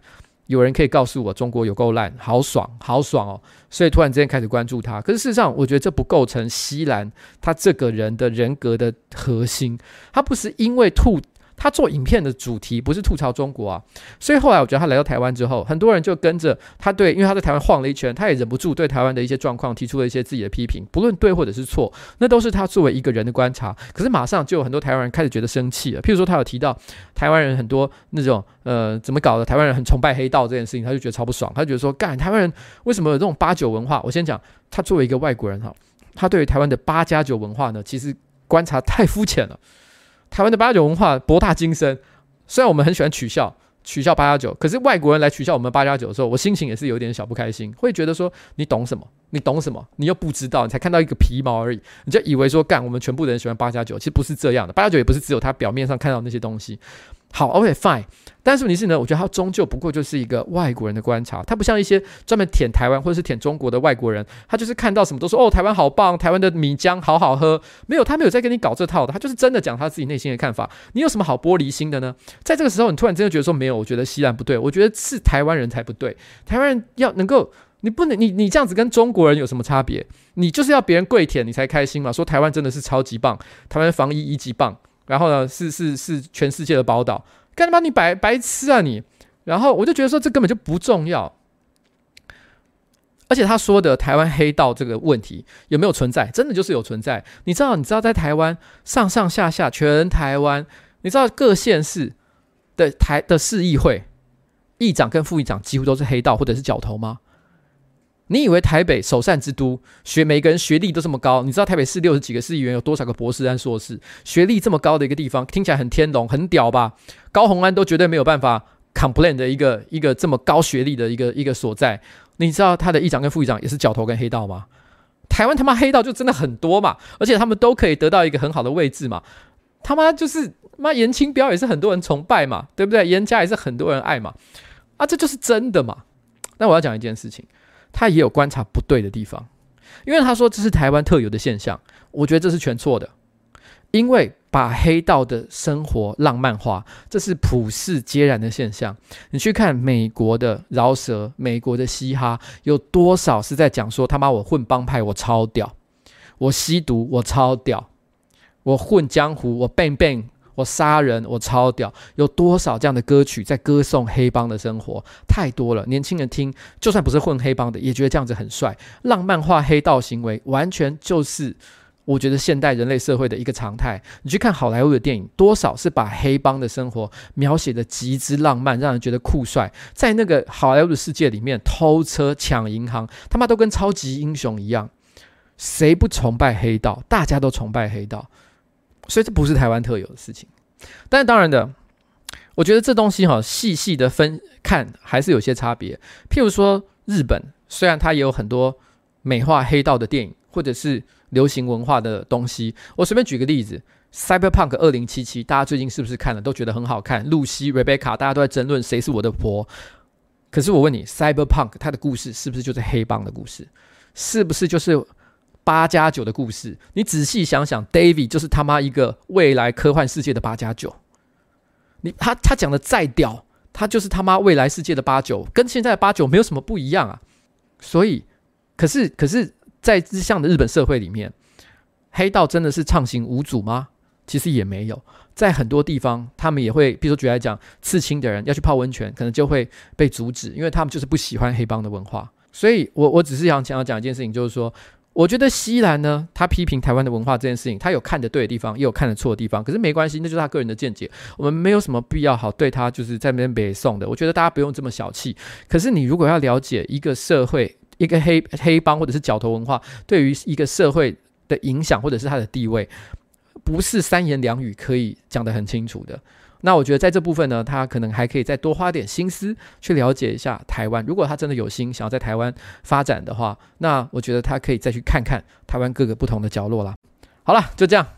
有人可以告诉我中国有够烂，好爽好爽哦，所以突然之间开始关注他。可是事实上我觉得这不构成西兰他这个人的人格的核心，他不是因为吐他做影片的主题不是吐槽中国啊，所以后来我觉得他来到台湾之后，很多人就跟着他对，因为他在台湾晃了一圈，他也忍不住对台湾的一些状况提出了一些自己的批评，不论对或者是错，那都是他作为一个人的观察。可是马上就有很多台湾人开始觉得生气了，譬如说他有提到台湾人很多那种呃怎么搞的，台湾人很崇拜黑道这件事情，他就觉得超不爽，他就觉得说干台湾人为什么有这种八九文化？我先讲，他作为一个外国人哈，他对于台湾的八加九文化呢，其实观察太肤浅了。台湾的八加九文化博大精深，虽然我们很喜欢取笑取笑八加九，可是外国人来取笑我们八加九的时候，我心情也是有点小不开心，会觉得说你懂什么？你懂什么？你又不知道，你才看到一个皮毛而已，你就以为说干我们全部的人喜欢八加九，其实不是这样的，八加九也不是只有他表面上看到那些东西。好 ，OK fine， 但是问题是呢，我觉得他终究不过就是一个外国人的观察，他不像一些专门舔台湾或者是舔中国的外国人，他就是看到什么都说哦台湾好棒，台湾的米浆好好喝，没有他没有在跟你搞这套的，他就是真的讲他自己内心的看法。你有什么好玻璃心的呢？在这个时候，你突然真的觉得说没有，我觉得西兰不对，我觉得是台湾人才不对，台湾人要能够。你不能，你你这样子跟中国人有什么差别？你就是要别人跪舔你才开心嘛？说台湾真的是超级棒，台湾防疫一级棒，然后呢是是是全世界的宝岛，干他妈你白白痴啊你！然后我就觉得说这根本就不重要。而且他说的台湾黑道这个问题有没有存在？真的就是有存在。你知道，你知道在台湾上上下下全台湾，你知道各县市的台的市议会议长跟副议长几乎都是黑道或者是角头吗？你以为台北首善之都，学每个人学历都这么高？你知道台北市六十几个市议员有多少个博士和硕士？学历这么高的一个地方，听起来很天龙，很屌吧？高虹安都绝对没有办法 complain 的一个一个这么高学历的一个一个所在。你知道他的议长跟副议长也是角头跟黑道吗？台湾他妈黑道就真的很多嘛，而且他们都可以得到一个很好的位置嘛。他妈就是妈严清标也是很多人崇拜嘛，对不对？严家也是很多人爱嘛，啊，这就是真的嘛。那我要讲一件事情。他也有观察不对的地方，因为他说这是台湾特有的现象，我觉得这是全错的。因为把黑道的生活浪漫化，这是普世皆然的现象。你去看美国的饶舌，美国的嘻哈，有多少是在讲说他妈我混帮派我超屌，我吸毒我超屌，我混江湖我 bang bang。我杀人，我超屌，有多少这样的歌曲在歌颂黑帮的生活？太多了，年轻人听，就算不是混黑帮的，也觉得这样子很帅。浪漫化黑道行为，完全就是我觉得现代人类社会的一个常态。你去看好莱坞的电影，多少是把黑帮的生活描写的极之浪漫，让人觉得酷帅。在那个好莱坞的世界里面，偷车抢银行，他妈都跟超级英雄一样。谁不崇拜黑道？大家都崇拜黑道。所以这不是台湾特有的事情，但是当然的，我觉得这东西哈细细的分看还是有些差别。譬如说日本，虽然它也有很多美化黑道的电影或者是流行文化的东西，我随便举个例子 ，Cyberpunk 二零七七，大家最近是不是看了都觉得很好看？露西、Rebecca， 大家都在争论谁是我的婆。可是我问你 ，Cyberpunk 它的故事是不是就是黑帮的故事？是不是就是八加九的故事？你仔细想想 ，David 就是他妈一个未来科幻世界的八加九。你他他讲的再屌，他就是他妈未来世界的八九，跟现在的八九没有什么不一样啊。所以，可是可是在这样的日本社会里面，黑道真的是畅行无阻吗？其实也没有。在很多地方，他们也会，比如说举例来讲，刺青的人要去泡温泉，可能就会被阻止，因为他们就是不喜欢黑帮的文化。所以我我只是想想要讲一件事情，就是说。我觉得西兰呢，他批评台湾的文化这件事情，他有看得对的地方，也有看得错的地方。可是没关系，那就是他个人的见解，我们没有什么必要好对他就是在那边北宋的。我觉得大家不用这么小气。可是你如果要了解一个社会、一个黑黑帮或者是角头文化对于一个社会的影响，或者是他的地位，不是三言两语可以讲得很清楚的。那我觉得在这部分呢，他可能还可以再多花点心思去了解一下台湾。如果他真的有心想要在台湾发展的话，那我觉得他可以再去看看台湾各个不同的角落啦。好了，就这样。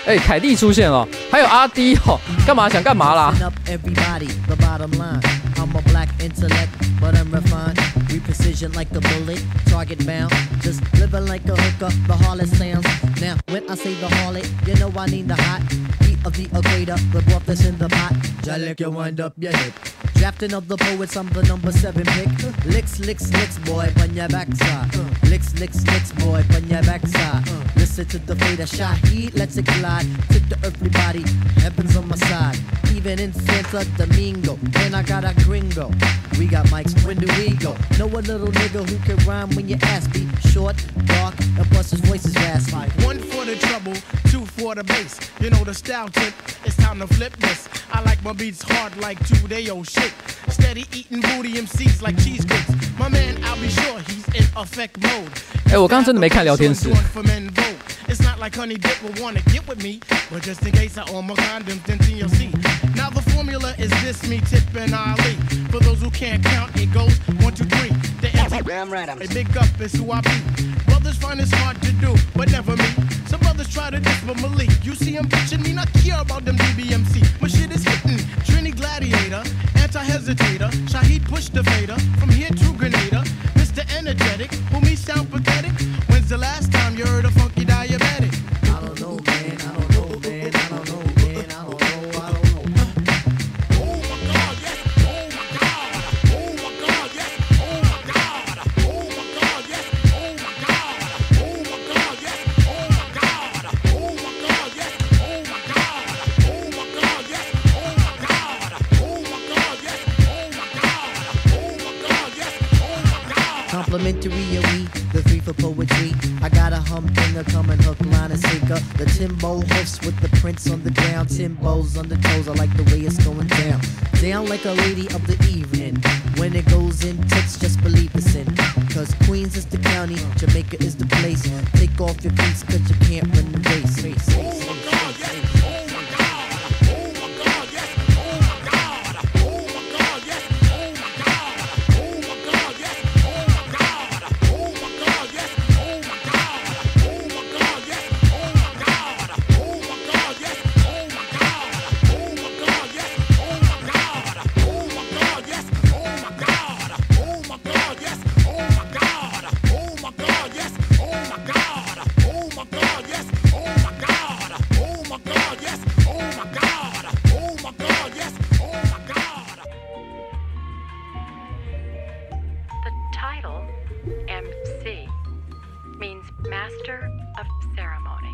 哎，凯蒂出现了，还有阿 D 哦，干嘛想干嘛啦？ Listen up, everybody, the bottom line. I'm a black intellect, but I'm refined. We precision like a bullet, target bound. Just living like a hooker, the harlot sounds. Now, when I say the harlot, you know I need the hot heat of the equator, the broth that's in the pot. Jalek, you wind up your hip. Drafting of the poets, I'm the number seven pick. Licks, licks, licks, boy, on your backside. Licks, licks, licks, boy, on your backside. Listen to the fader shot, heat, let's it glide. Tip the earthly body, heaven's on my side. Even in Santo Domingo, and I got a gringo. We got mics, when do we go? Know a little nigga who can rhyme when your ass be short, dark, and plus his voice is raspy. One for the trouble, two for the bass. You know the style tip, it's time to flip this. I like my beats hard like two-day old shit. Steady eating booty M Cs like cheesecakes. My man, I'll be sure he's in effect mode. 哎，我刚刚真的没看聊天室。 It's not like Honey Dip will wanna get with me, but just in case I own my condoms, then T L C. Now the formula is this: me, Tip, and Ali. For those who can't count, it goes one, two, three. The anti- Damn right, I'm a big up is who I be. Brothers find this hard to do, but never me. Some brothers try to diss, but Malik, you see him bitching me, not care about them D B M C. My shit is hitting. Trini Gladiator, anti-hesitator. Shaheed push the fader from here to Grenada. Mister Energetic, who me sound pathetic. When's the last time you heard a funky diabetic? I don't know, man. I don't know, man. I don't know, man. I don't know. I don't know. Oh my God, yes. Oh my God. Oh my God, yes. Oh my God. Oh my God, yes. Oh my God. Oh my God, yes. Oh my God. Oh my God, yes. Oh my God. Oh my God, yes. Oh my God. Oh my God, yes. Oh my God. Oh my God, yes. Oh my God. Complimentary of we, the three for poetry. I got a humdinger coming hook, line, and sinker. The Timbo hoofs with the prints on the ground. Timbo's on the toes, I like the way it's going down. Down like a lady of the evening. When it goes in tits, just believe it's in. Cause Queens is the county, Jamaica is the place. Take off your boots cause you can't run the race. race, Oh race, my race, God, race, yes. race. Oh my God. Oh my God, yes. Oh my God. Oh my God, yes. Oh my God. Oh my God, yes. Oh my God. Oh my God, yes. Oh my God. Oh my God, yes. Oh my God. Oh my God, yes. Oh my God. Oh my God, yes. Oh my God. Oh my God, yes. Oh my God. Oh my God, yes. Oh my God. Oh my God, yes. Oh my God. Oh my God, yes. Oh my God. Oh my God, yes. Oh my God. Oh my God, yes. Oh my God. The title, M C, means Master of Ceremony.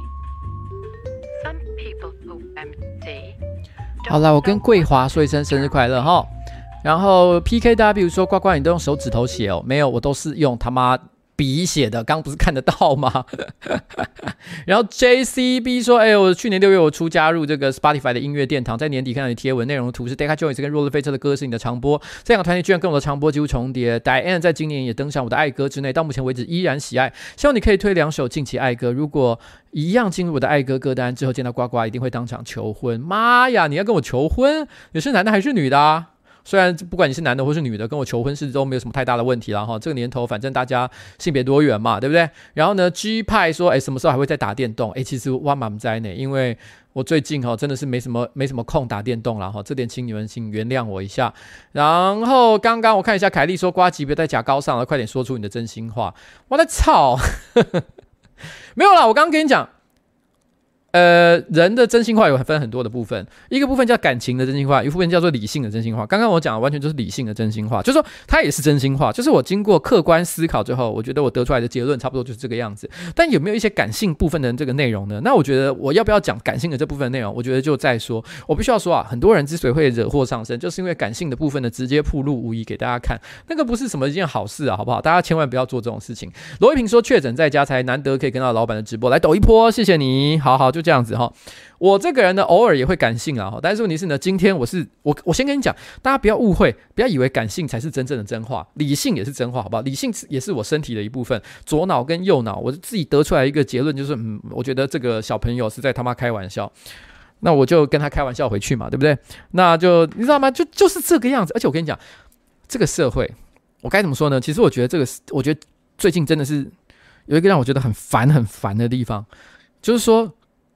Some people who M C 好啦，我跟桂华说一声生日快乐哈。然后 P K W 说呱呱，你都用手指头写哦？没有，我都是用他妈笔写的，刚不是看得到吗？然后 J C B 说，哎、欸，我去年六月我初加入这个 Spotify 的音乐殿堂，在年底看到你贴文，内容的图是 Decca Jones 跟若日飞车的歌是你的长播，这两个团体居然跟我的长播几乎重叠。Diane 在今年也登上我的爱歌之内，到目前为止依然喜爱，希望你可以推两首近期爱歌，如果一样进入我的爱歌歌单之后见到呱呱，一定会当场求婚。妈呀，你要跟我求婚？你是男的还是女的啊？虽然不管你是男的或是女的，跟我求婚是都没有什么太大的问题啦哈。这个年头，反正大家性别多元嘛，对不对？然后呢 ，G 派说，哎，什么时候还会再打电动？哎，其实我蛮在呢，因为我最近哈真的是没什么没什么空打电动啦哈，这点请你们请原谅我一下。然后刚刚我看一下凯莉说，呱吉别再假高尚了，快点说出你的真心话。我在操，没有啦，我刚刚跟你讲。呃，人的真心话有分很多的部分，一个部分叫感情的真心话，一个部分叫做理性的真心话。刚刚我讲的完全就是理性的真心话，就是说它也是真心话，就是我经过客观思考之后，我觉得我得出来的结论差不多就是这个样子。但有没有一些感性部分的这个内容呢？那我觉得我要不要讲感性的这部分内容，我觉得就再说。我必须要说啊，很多人之所以会惹祸上身，就是因为感性的部分呢直接暴露无遗给大家看，那个不是什么一件好事啊，好不好？大家千万不要做这种事情。罗一平说，确诊在家才难得可以跟到老板的直播，来抖一波，谢谢你。好好，就这样子哈。我这个人呢，偶尔也会感性啊，但是问题是呢，今天我是我，我先跟你讲，大家不要误会，不要以为感性才是真正的真话，理性也是真话，好不好？理性也是我身体的一部分，左脑跟右脑，我自己得出来一个结论，就是嗯，我觉得这个小朋友是在他妈开玩笑，那我就跟他开玩笑回去嘛，对不对？那就你知道吗？就就是这个样子。而且我跟你讲，这个社会，我该怎么说呢？其实我觉得这个，我觉得最近真的是有一个让我觉得很烦很烦的地方，就是说。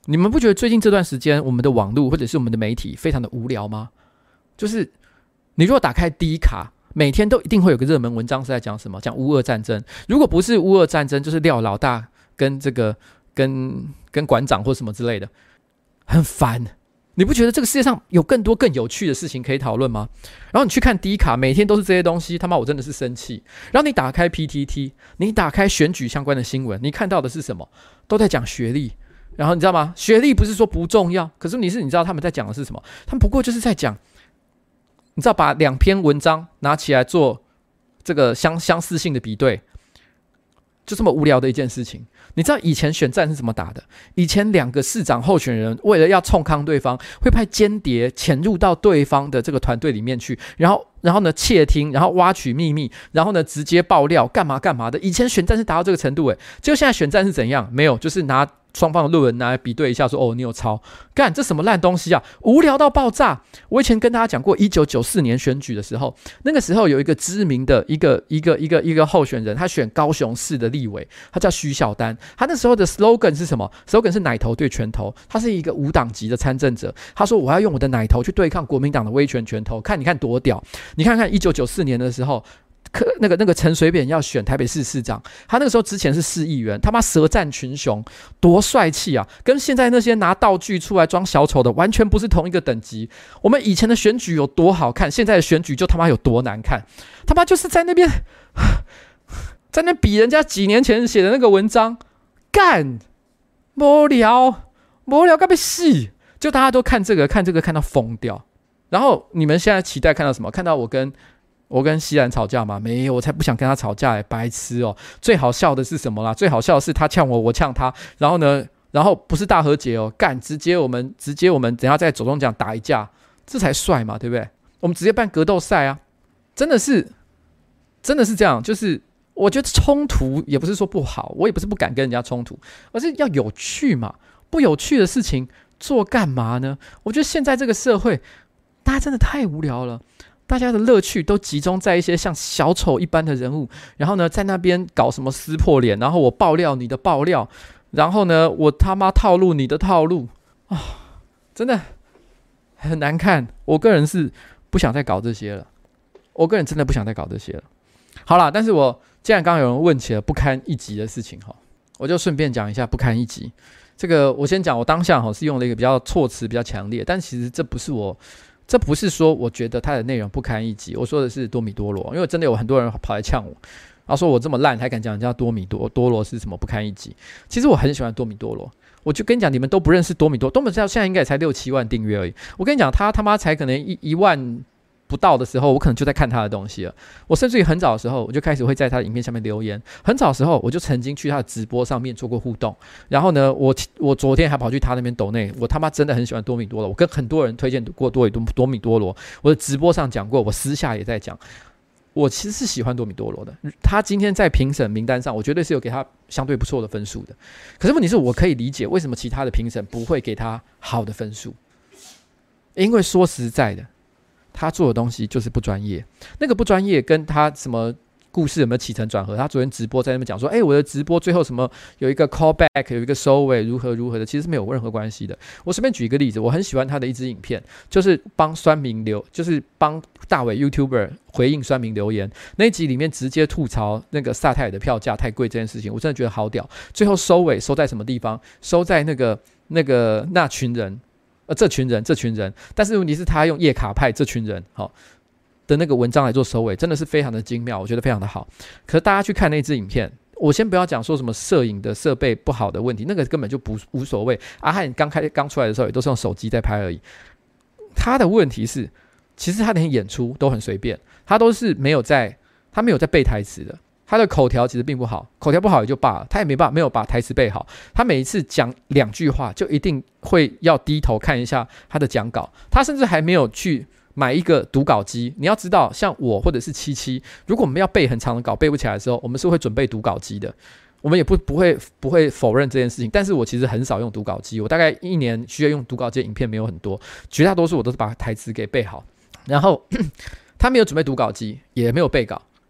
你们不觉得最近这段时间我们的网络或者是我们的媒体非常的无聊吗？就是你如果打开 D 卡，每天都一定会有个热门文章是在讲什么？讲乌俄战争。如果不是乌俄战争，就是廖老大跟这个跟跟馆长或什么之类的，很烦。你不觉得这个世界上有更多更有趣的事情可以讨论吗？然后你去看 D 卡，每天都是这些东西，他妈我真的是生气。然后你打开 P T T， 你打开选举相关的新闻，你看到的是什么？都在讲学历。然后你知道吗？学历不是说不重要，可是你是你知道他们在讲的是什么？他们不过就是在讲，你知道把两篇文章拿起来做这个相相似性的比对，就这么无聊的一件事情。你知道以前选战是怎么打的？以前两个市长候选人为了要冲康对方，会派间谍潜入到对方的这个团队里面去，然后然后呢窃听，然后挖取秘密，然后呢直接爆料，干嘛干嘛的。以前选战是达到这个程度，诶，结果现在选战是怎样？没有，就是拿双方的论文拿来比对一下说，哦你有抄，干这什么烂东西啊，无聊到爆炸。我以前跟大家讲过一九九四年选举的时候，那个时候有一个知名的一个一个一个一个候选人，他选高雄市的立委，他叫徐小丹。他那时候的 slogan 是什么？ slogan 是奶头对拳头。他是一个无党籍的参政者，他说我要用我的奶头去对抗国民党的威权拳头，看你看多屌。你看看一九九四年的时候，那个那个陈水扁要选台北市市长，他那个时候之前是市议员，他妈舌战群雄，多帅气啊！跟现在那些拿道具出来装小丑的完全不是同一个等级。我们以前的选举有多好看，现在的选举就他妈有多难看。他妈就是在那边，在那比人家几年前写的那个文章，干无聊，无聊到要死，就大家都看这个看这个看到疯掉。然后你们现在期待看到什么？看到我跟我跟西兰吵架吗？没有，我才不想跟他吵架欸，白痴哦！最好笑的是什么啦？最好笑的是他呛我，我呛他，然后呢，然后不是大和解哦，干直接我们直接我们等一下在走中奖打一架，这才帅嘛，对不对？我们直接办格斗赛啊！真的是，真的是这样，就是我觉得冲突也不是说不好，我也不是不敢跟人家冲突，而是要有趣嘛。不有趣的事情做干嘛呢？我觉得现在这个社会，大家真的太无聊了。大家的乐趣都集中在一些像小丑一般的人物，然后呢，在那边搞什么撕破脸，然后我爆料你的爆料，然后呢，我他妈套路你的套路啊、哦，真的很难看。我个人是不想再搞这些了，我个人真的不想再搞这些了。好啦，但是我既然刚刚有人问起了不堪一击的事情哈，我就顺便讲一下不堪一击。这个我先讲，我当下哈是用了一个比较措辞比较强烈，但其实这不是我。这不是说我觉得它的内容不堪一击，我说的是多米多罗，因为真的有很多人跑来呛我，然后说我这么烂还敢讲人家多米多多罗是什么不堪一击。其实我很喜欢多米多罗，我就跟你讲，你们都不认识多米多，多米多现在应该也才六七万订阅而已。我跟你讲，他他妈才可能一一万不到的时候，我可能就在看他的东西了。我甚至于很早的时候，我就开始会在他的影片下面留言。很早的时候，我就曾经去他的直播上面做过互动。然后呢，我我昨天还跑去他那边抖内，我他妈真的很喜欢多米多罗。我跟很多人推荐过多米多米多罗，我的直播上讲过，我私下也在讲。我其实是喜欢多米多罗的，他今天在评审名单上，我绝对是有给他相对不错的分数的。可是问题是我可以理解为什么其他的评审不会给他好的分数，因为说实在的。他做的东西就是不专业，那个不专业跟他什么故事有没有起承转合？他昨天直播在那边讲说，哎、欸，我的直播最后什么有一个 callback， 有一个收尾，如何如何的，其实是没有任何关系的。我随便举一个例子，我很喜欢他的一支影片，就是帮酸民留，就是帮大伟 YouTuber 回应酸民留言那一集里面，直接吐槽那个萨泰尔的票价太贵这件事情，我真的觉得好屌。最后收尾收在什么地方？收在那个那个那群人。呃，这群人，这群人，但是问题是，他用叶卡派这群人，好、哦、的那个文章来做收尾，真的是非常的精妙，我觉得非常的好。可是大家去看那支影片，我先不要讲说什么摄影的设备不好的问题，那个根本就不无所谓。阿汉刚开刚出来的时候，也都是用手机在拍而已。他的问题是，其实他连演出都很随便，他都是没有在，他没有在背台词的。他的口条其实并不好，口条不好也就罢了，他也没办法没有把台词背好。他每一次讲两句话，就一定会要低头看一下他的讲稿。他甚至还没有去买一个读稿机。你要知道，像我或者是七七，如果我们要背很长的稿背不起来的时候，我们是会准备读稿机的。我们也不不会不会否认这件事情，但是我其实很少用读稿机，我大概一年需要用读稿机的影片没有很多，绝大多数我都是把台词给背好。然后他没有准备读稿机，也没有背稿。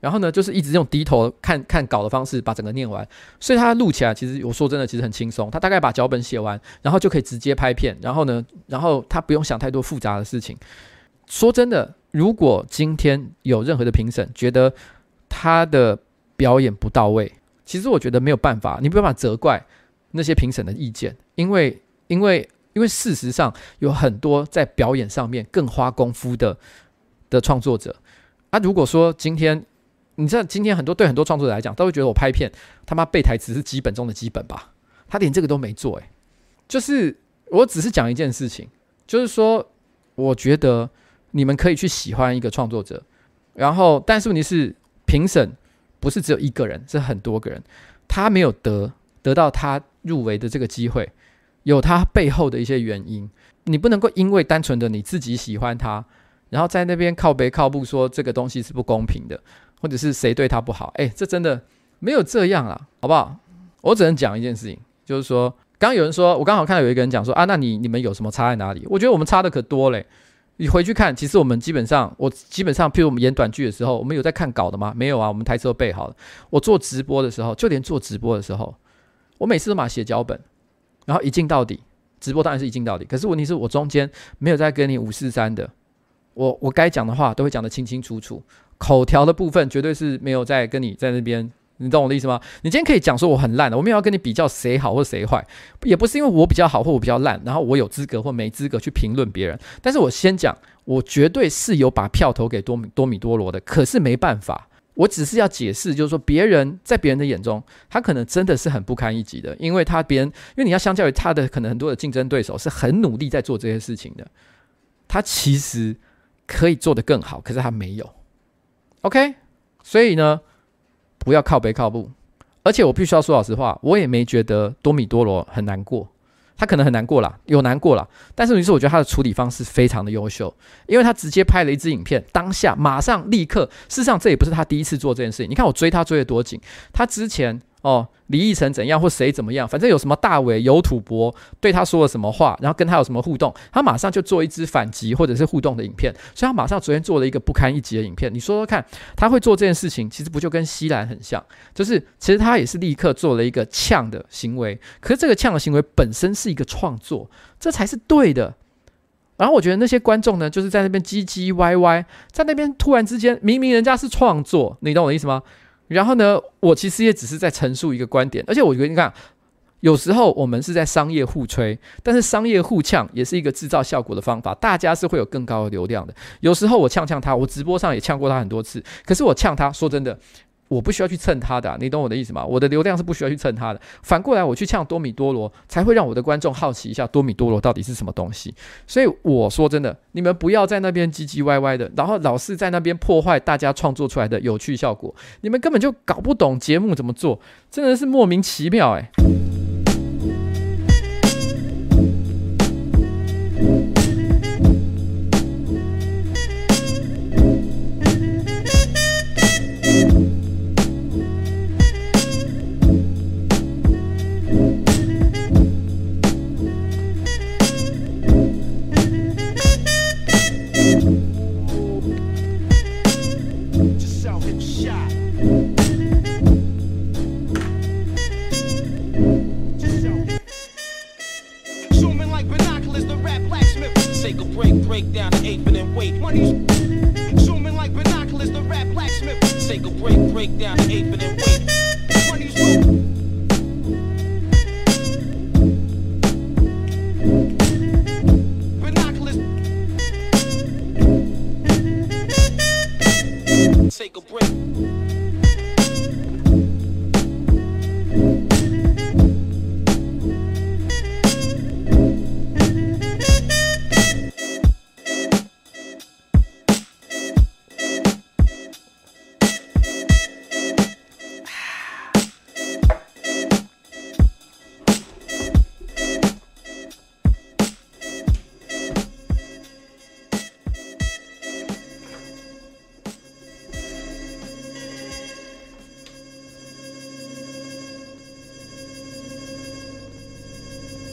然后呢，就是一直用低头看看稿的方式把整个念完，所以他录起来其实我说真的其实很轻松，他大概把脚本写完，然后就可以直接拍片，然后呢，然后他不用想太多复杂的事情。说真的，如果今天有任何的评审觉得他的表演不到位，其实我觉得没有办法，你没有办法责怪那些评审的意见，因为因为因为事实上有很多在表演上面更花功夫的的创作者啊。如果说今天你知道，今天很多对很多创作者来讲，都会觉得我拍片他妈背台词是基本中的基本吧，他连这个都没做、欸、就是我只是讲一件事情，就是说我觉得你们可以去喜欢一个创作者，然后但是问题是评审不是只有一个人，是很多个人，他没有得得到他入围的这个机会，有他背后的一些原因，你不能够因为单纯的你自己喜欢他，然后在那边靠北靠步说这个东西是不公平的，或者是谁对他不好，哎，这真的没有这样啦，好不好？我只能讲一件事情，就是说刚刚有人说，我刚好看到有一个人讲说啊，那你你们有什么差在哪里？我觉得我们差的可多嘞。你回去看，其实我们基本上，我基本上，譬如我们演短剧的时候，我们有在看稿的吗？没有啊，我们台词都背好了。我做直播的时候，就连做直播的时候，我每次都嘛写脚本，然后一镜到底。直播当然是一镜到底，可是问题是我中间没有在跟你五四三的，我我该讲的话都会讲得清清楚楚，口条的部分绝对是没有在跟你在那边。你懂我的意思吗？你今天可以讲说我很烂的，我没有要跟你比较谁好或谁坏，也不是因为我比较好或我比较烂，然后我有资格或没资格去评论别人。但是我先讲，我绝对是有把票投给多米多米多罗的，可是没办法，我只是要解释，就是说别人在别人的眼中，他可能真的是很不堪一击的，因为他别人，因为你要相较于他的可能很多的竞争对手是很努力在做这些事情的，他其实可以做得更好，可是他没有。OK， 所以呢，不要靠北靠步，而且我必须要说老实话，我也没觉得多米多罗很难过，他可能很难过啦，有难过啦，但是于是我觉得他的处理方式非常的优秀，因为他直接拍了一支影片，当下马上立刻，事实上这也不是他第一次做这件事情，你看我追他追得多紧，他之前哦，李义成怎样或谁怎么样，反正有什么大伟有土博对他说了什么话，然后跟他有什么互动，他马上就做一支反击或者是互动的影片，所以他马上昨天做了一个不堪一击的影片。你说说看，他会做这件事情，其实不就跟西兰很像？就是其实他也是立刻做了一个呛的行为，可是这个呛的行为本身是一个创作，这才是对的。然后我觉得那些观众呢，就是在那边唧唧歪歪，在那边突然之间，明明人家是创作，你懂我的意思吗？然后呢，我其实也只是在陈述一个观点，而且我觉得你看，有时候我们是在商业互吹，但是商业互呛也是一个制造效果的方法，大家是会有更高的流量的。有时候我呛呛他，我直播上也呛过他很多次，可是我呛他，说真的，我不需要去蹭他的、啊，你懂我的意思吗？我的流量是不需要去蹭他的。反过来，我去呛多米多罗，才会让我的观众好奇一下多米多罗到底是什么东西。所以我说真的，你们不要在那边唧唧歪歪的，然后老是在那边破坏大家创作出来的有趣效果。你们根本就搞不懂节目怎么做，真的是莫名其妙哎、欸。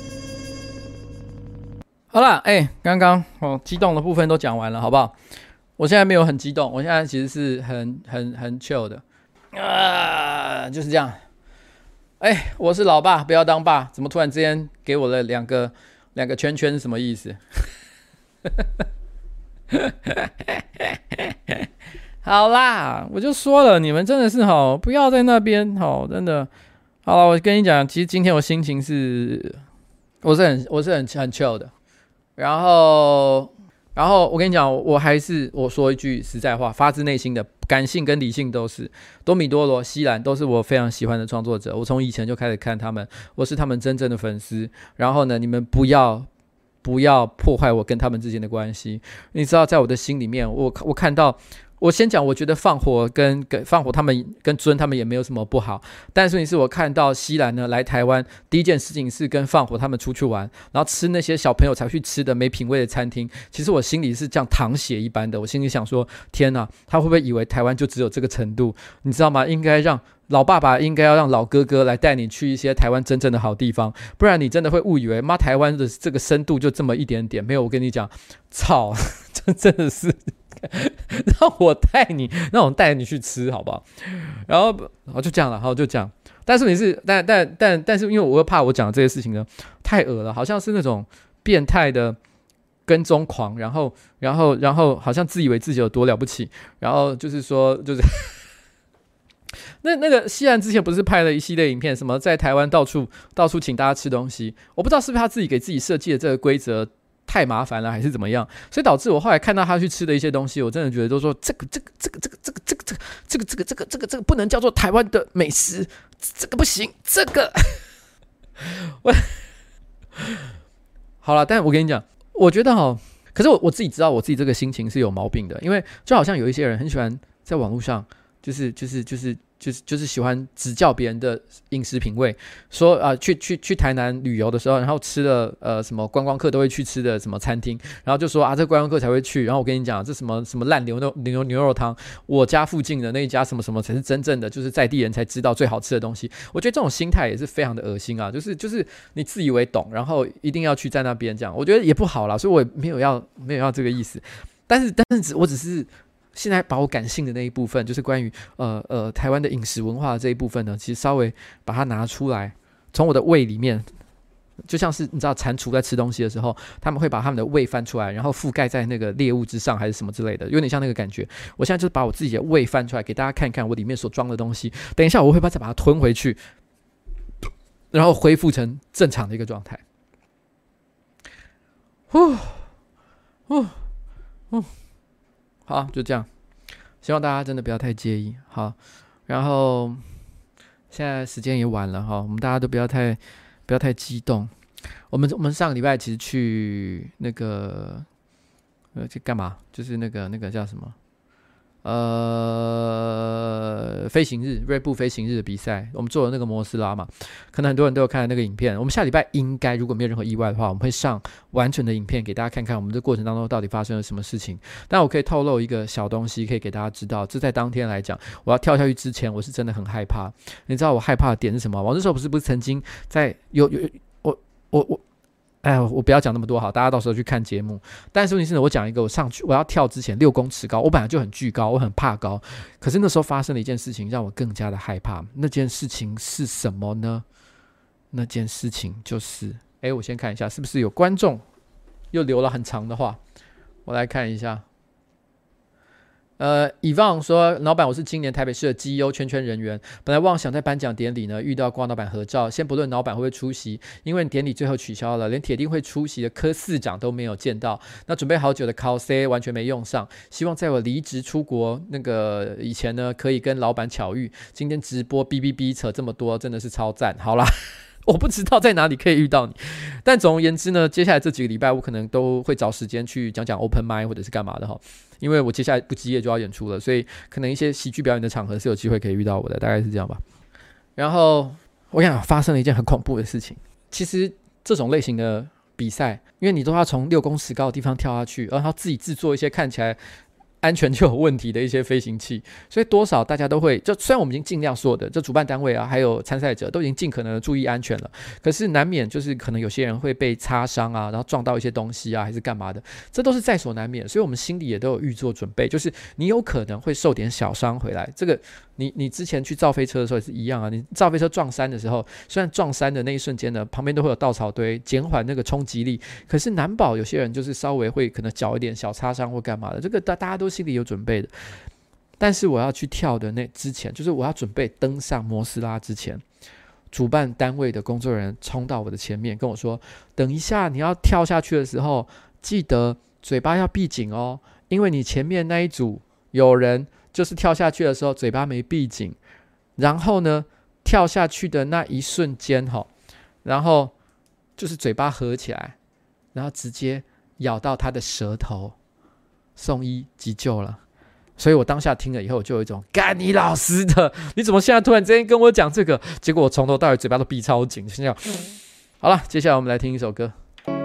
好啦，哎、欸，刚刚哦，激动的部分都讲完了，好不好？ 我现在没有很激动，我现在其实是很很很 chill 的啊，就是这样。哎，我是老爸，不要当爸，怎么突然之间给我了两个两个圈圈是什么意思？好啦，我就说了，你们真的是齁，不要在那边齁，真的。好了，我跟你讲，其实今天我心情是，我是很我是很很 chill 的。然后，然后我跟你讲，我还是我说一句实在话，发自内心的，感性跟理性都是。多米多罗、西兰都是我非常喜欢的创作者，我从以前就开始看他们，我是他们真正的粉丝。然后呢，你们不要。不要破坏我跟他们之间的关系。你知道，在我的心里面，我我看到，我先讲，我觉得放火跟跟放火他们跟尊他们也没有什么不好。但是你是我看到西兰呢来台湾，第一件事情是跟放火他们出去玩，然后吃那些小朋友才去吃的没品味的餐厅。其实我心里是这样淌血一般的，我心里想说，天哪，他会不会以为台湾就只有这个程度？你知道吗？应该让。老爸爸应该要让老哥哥来带你去一些台湾真正的好地方，不然你真的会误以为妈台湾的这个深度就这么一点点。没有，我跟你讲，操，这真的是让我带你，让我带你去吃，好不好？然后，然后就这样了，好就这样。但是你是，但但但但是，因为我会怕我讲的这些事情呢太恶了，好像是那种变态的跟踪狂，然后然后然后好像自以为自己有多了不起，然后就是说就是。那那个西兰之前不是拍了一系列影片，什么在台湾到处到处请大家吃东西，我不知道是不是他自己给自己设计的这个规则太麻烦了，还是怎么样，所以导致我后来看到他去吃的一些东西，我真的觉得都说这个这个这个这个这个这个这个这个这个这个这个这个不能叫做台湾的美食，这个不行，这个我好了，但我跟你讲，我觉得哈，可是我我自己知道我自己这个心情是有毛病的，因为就好像有一些人很喜欢在网络上。就是就是就是就是就是喜欢指教别人的饮食品味，说啊、呃、去去去台南旅游的时候，然后吃了呃什么观光客都会去吃的什么餐厅，然后就说啊这观光客才会去，然后我跟你讲这什么什么烂牛肉牛牛肉汤，我家附近的那一家什么什么才是真正的就是在地人才知道最好吃的东西。我觉得这种心态也是非常的恶心啊，就是就是你自以为懂，然后一定要去在那边这样，我觉得也不好啦，所以我也没有要没有要这个意思，但是但是我只是。现在把我感性的那一部分，就是关于呃呃台湾的饮食文化的这一部分呢，其实稍微把它拿出来，从我的胃里面，就像是你知道蟾蜍在吃东西的时候，他们会把他们的胃翻出来，然后覆盖在那个猎物之上，还是什么之类的，有点像那个感觉。我现在就是把我自己的胃翻出来，给大家看看我里面所装的东西。等一下我会把再把它吞回去，然后恢复成正常的一个状态。呼呼呼。好，就这样，希望大家真的不要太介意。好，然后现在时间也晚了哈，我们大家都不要太不要太激动。我们我们上个礼拜其实去那个呃去干嘛？就是那个那个叫什么？呃，飞行日，锐步飞行日的比赛，我们做了那个摩斯拉嘛，可能很多人都有看那个影片。我们下礼拜应该如果没有任何意外的话，我们会上完整的影片给大家看看我们这过程当中到底发生了什么事情。但我可以透露一个小东西，可以给大家知道，这在当天来讲，我要跳下去之前，我是真的很害怕。你知道我害怕的点是什么？我那时候不是不是曾经在有有我我我。哎，我不要讲那么多好，大家到时候去看节目。但是问题是呢，我讲一个，我上去我要跳之前六公尺高，我本来就很惧高，我很怕高。可是那时候发生了一件事情，让我更加的害怕。那件事情是什么呢？那件事情就是，哎，我先看一下是不是有观众又留了很长的话，我来看一下。呃，以望说，老板，我是今年台北市的绩优圈圈人员，本来妄想在颁奖典礼呢遇到光老板合照，先不论老板会不会出席，因为典礼最后取消了，连铁定会出席的科四长都没有见到，那准备好久的 cos 完全没用上，希望在我离职出国那个以前呢，可以跟老板巧遇，今天直播哔哔哔扯这么多，真的是超赞，好啦。我不知道在哪里可以遇到你，但总而言之呢，接下来这几个礼拜我可能都会找时间去讲讲 open mic 或者是干嘛的哈，因为我接下来不积业就要演出了，所以可能一些喜剧表演的场合是有机会可以遇到我的，大概是这样吧。然后我跟你讲，发生了一件很恐怖的事情。其实这种类型的比赛，因为你都要从六公尺高的地方跳下去，然后自己制作一些看起来安全就有问题的一些飞行器，所以多少大家都会，就虽然我们已经尽量说的，这主办单位啊，还有参赛者都已经尽可能的注意安全了，可是难免就是可能有些人会被擦伤啊，然后撞到一些东西啊，还是干嘛的，这都是在所难免，所以我们心里也都有预做准备，就是你有可能会受点小伤回来。这个你你之前去造飞车的时候也是一样啊，你造飞车撞山的时候，虽然撞山的那一瞬间呢，旁边都会有稻草堆减缓那个冲击力，可是难保有些人就是稍微会可能脚一点小擦伤或干嘛的，这个大大家都心里有准备的。但是我要去跳的那之前，就是我要准备登上摩斯拉之前，主办单位的工作人员冲到我的前面跟我说，等一下你要跳下去的时候记得嘴巴要闭紧哦，因为你前面那一组有人就是跳下去的时候嘴巴没闭紧，然后呢跳下去的那一瞬间然后就是嘴巴合起来，然后直接咬到他的舌头，送医急救了。所以我当下听了以后就有一种干你老师的，你怎么现在突然之间跟我讲这个，结果我从头到尾嘴巴都闭超紧，这样好了，接下来我们来听一首歌。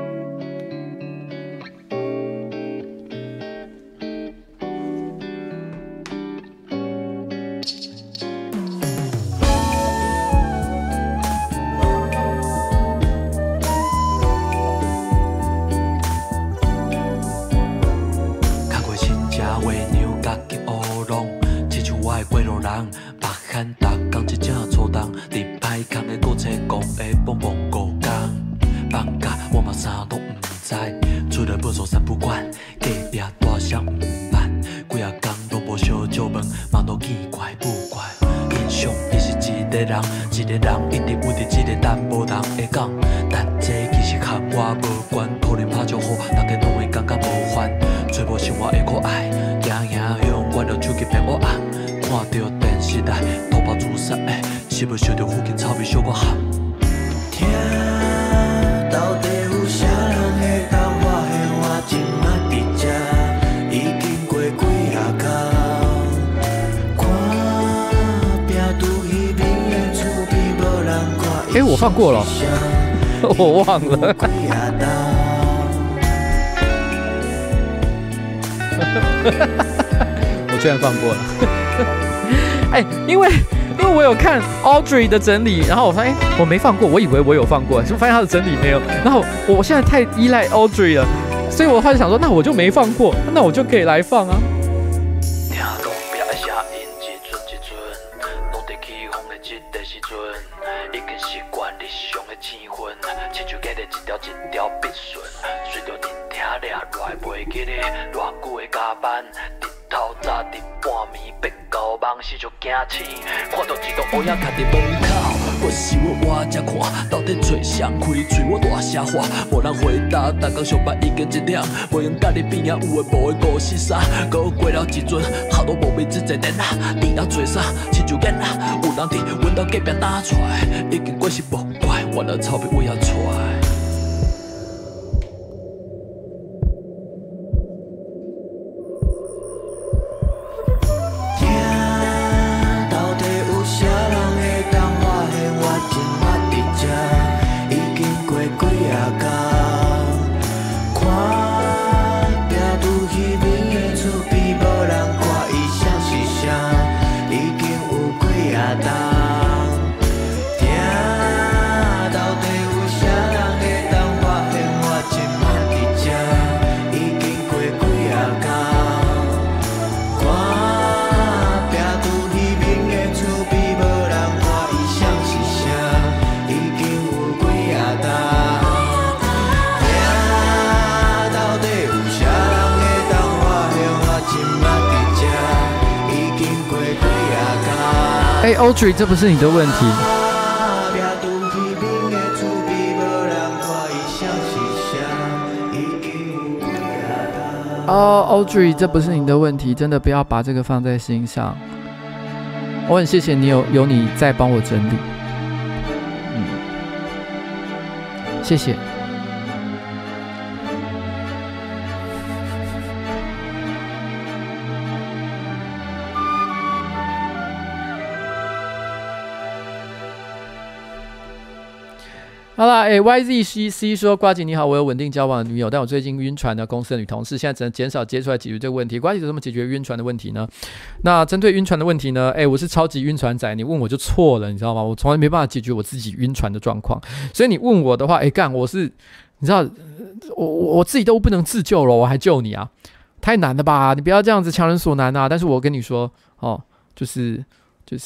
哎，我放过了，我忘了。我居然放过了。哎，因为因为我有看 Audrey 的整理，然后我发现我没放过，我以为我有放过，就发现他的整理没有。然后我现在太依赖 Audrey 了，所以我后来想说，那我就没放过，那我就可以来放啊。 是就惊醒，看到一道乌影徛伫门口，我想我才看，到底嘴谁开嘴，我大声话，无人回答。逐工上班已经一点，无用甲你边仔有诶无诶五四三，搁过了一阵，下都无面子坐电啊，边仔做啥？亲像囡仔，有人伫阮兜隔壁打出来，已经过时无怪，我了草皮位也出来。 哎 ，Audrey， 这不是你的问题。哦 ，Audrey， 这不是你的问题，真的不要把这个放在心上。我很谢谢你有有你在帮我整理，嗯，谢谢。 好啦，哎 ，Y Z C C 说，瓜吉你好，我有稳定交往的女友，但我最近晕船的公司的女同事，现在只能减少接触来解决这个问题。瓜吉怎么解决晕船的问题呢？那针对晕船的问题呢？哎，我是超级晕船仔，你问我就错了，你知道吗？我从来没办法解决我自己晕船的状况，所以你问我的话，哎，干，我是你知道，我我自己都不能自救了，我还救你啊？太难了吧？你不要这样子强人所难啊！但是我跟你说，哦，就是就是。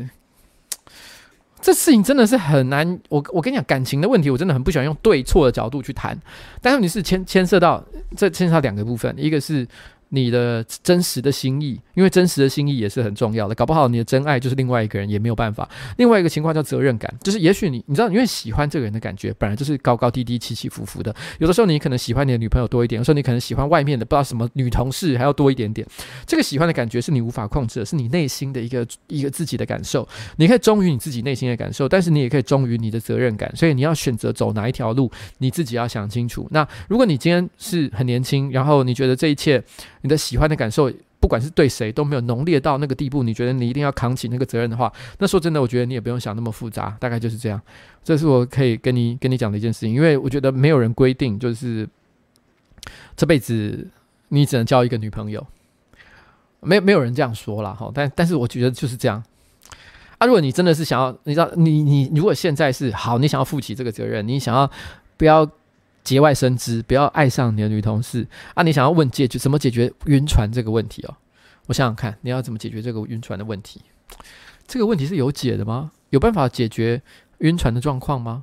这事情真的是很难，我我跟你讲，感情的问题，我真的很不喜欢用对错的角度去谈。但是你是牵牵涉到这牵涉到两个部分，一个是你的真实的心意，因为真实的心意也是很重要的，搞不好你的真爱就是另外一个人，也没有办法。另外一个情况叫责任感，就是也许你你知道，因为喜欢这个人的感觉本来就是高高低低、起起伏伏的。有的时候你可能喜欢你的女朋友多一点，有时候你可能喜欢外面的不知道什么女同事还要多一点点。这个喜欢的感觉是你无法控制的，是你内心的一个一个自己的感受。你可以忠于你自己内心的感受，但是你也可以忠于你的责任感。所以你要选择走哪一条路，你自己要想清楚。那如果你今天是很年轻，然后你觉得这一切你的喜欢的感受不管是对谁都没有浓烈到那个地步，你觉得你一定要扛起那个责任的话，那说真的，我觉得你也不用想那么复杂，大概就是这样。这是我可以跟你跟你讲的一件事情，因为我觉得没有人规定就是这辈子你只能交一个女朋友，没没有人这样说啦，但但是我觉得就是这样。啊，如果你真的是想要，你知道，你你如果现在是好，你想要负起这个责任，你想要不要节外生枝，不要爱上你的女同事啊！你想要问解决怎么解决晕船这个问题哦？我想想看，你要怎么解决这个晕船的问题？这个问题是有解的吗？有办法解决晕船的状况吗？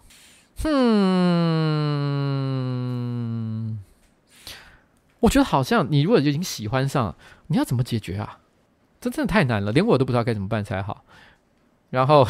嗯，我觉得好像你如果已经喜欢上了，你要怎么解决啊？这真的太难了，连我都不知道该怎么办才好。然后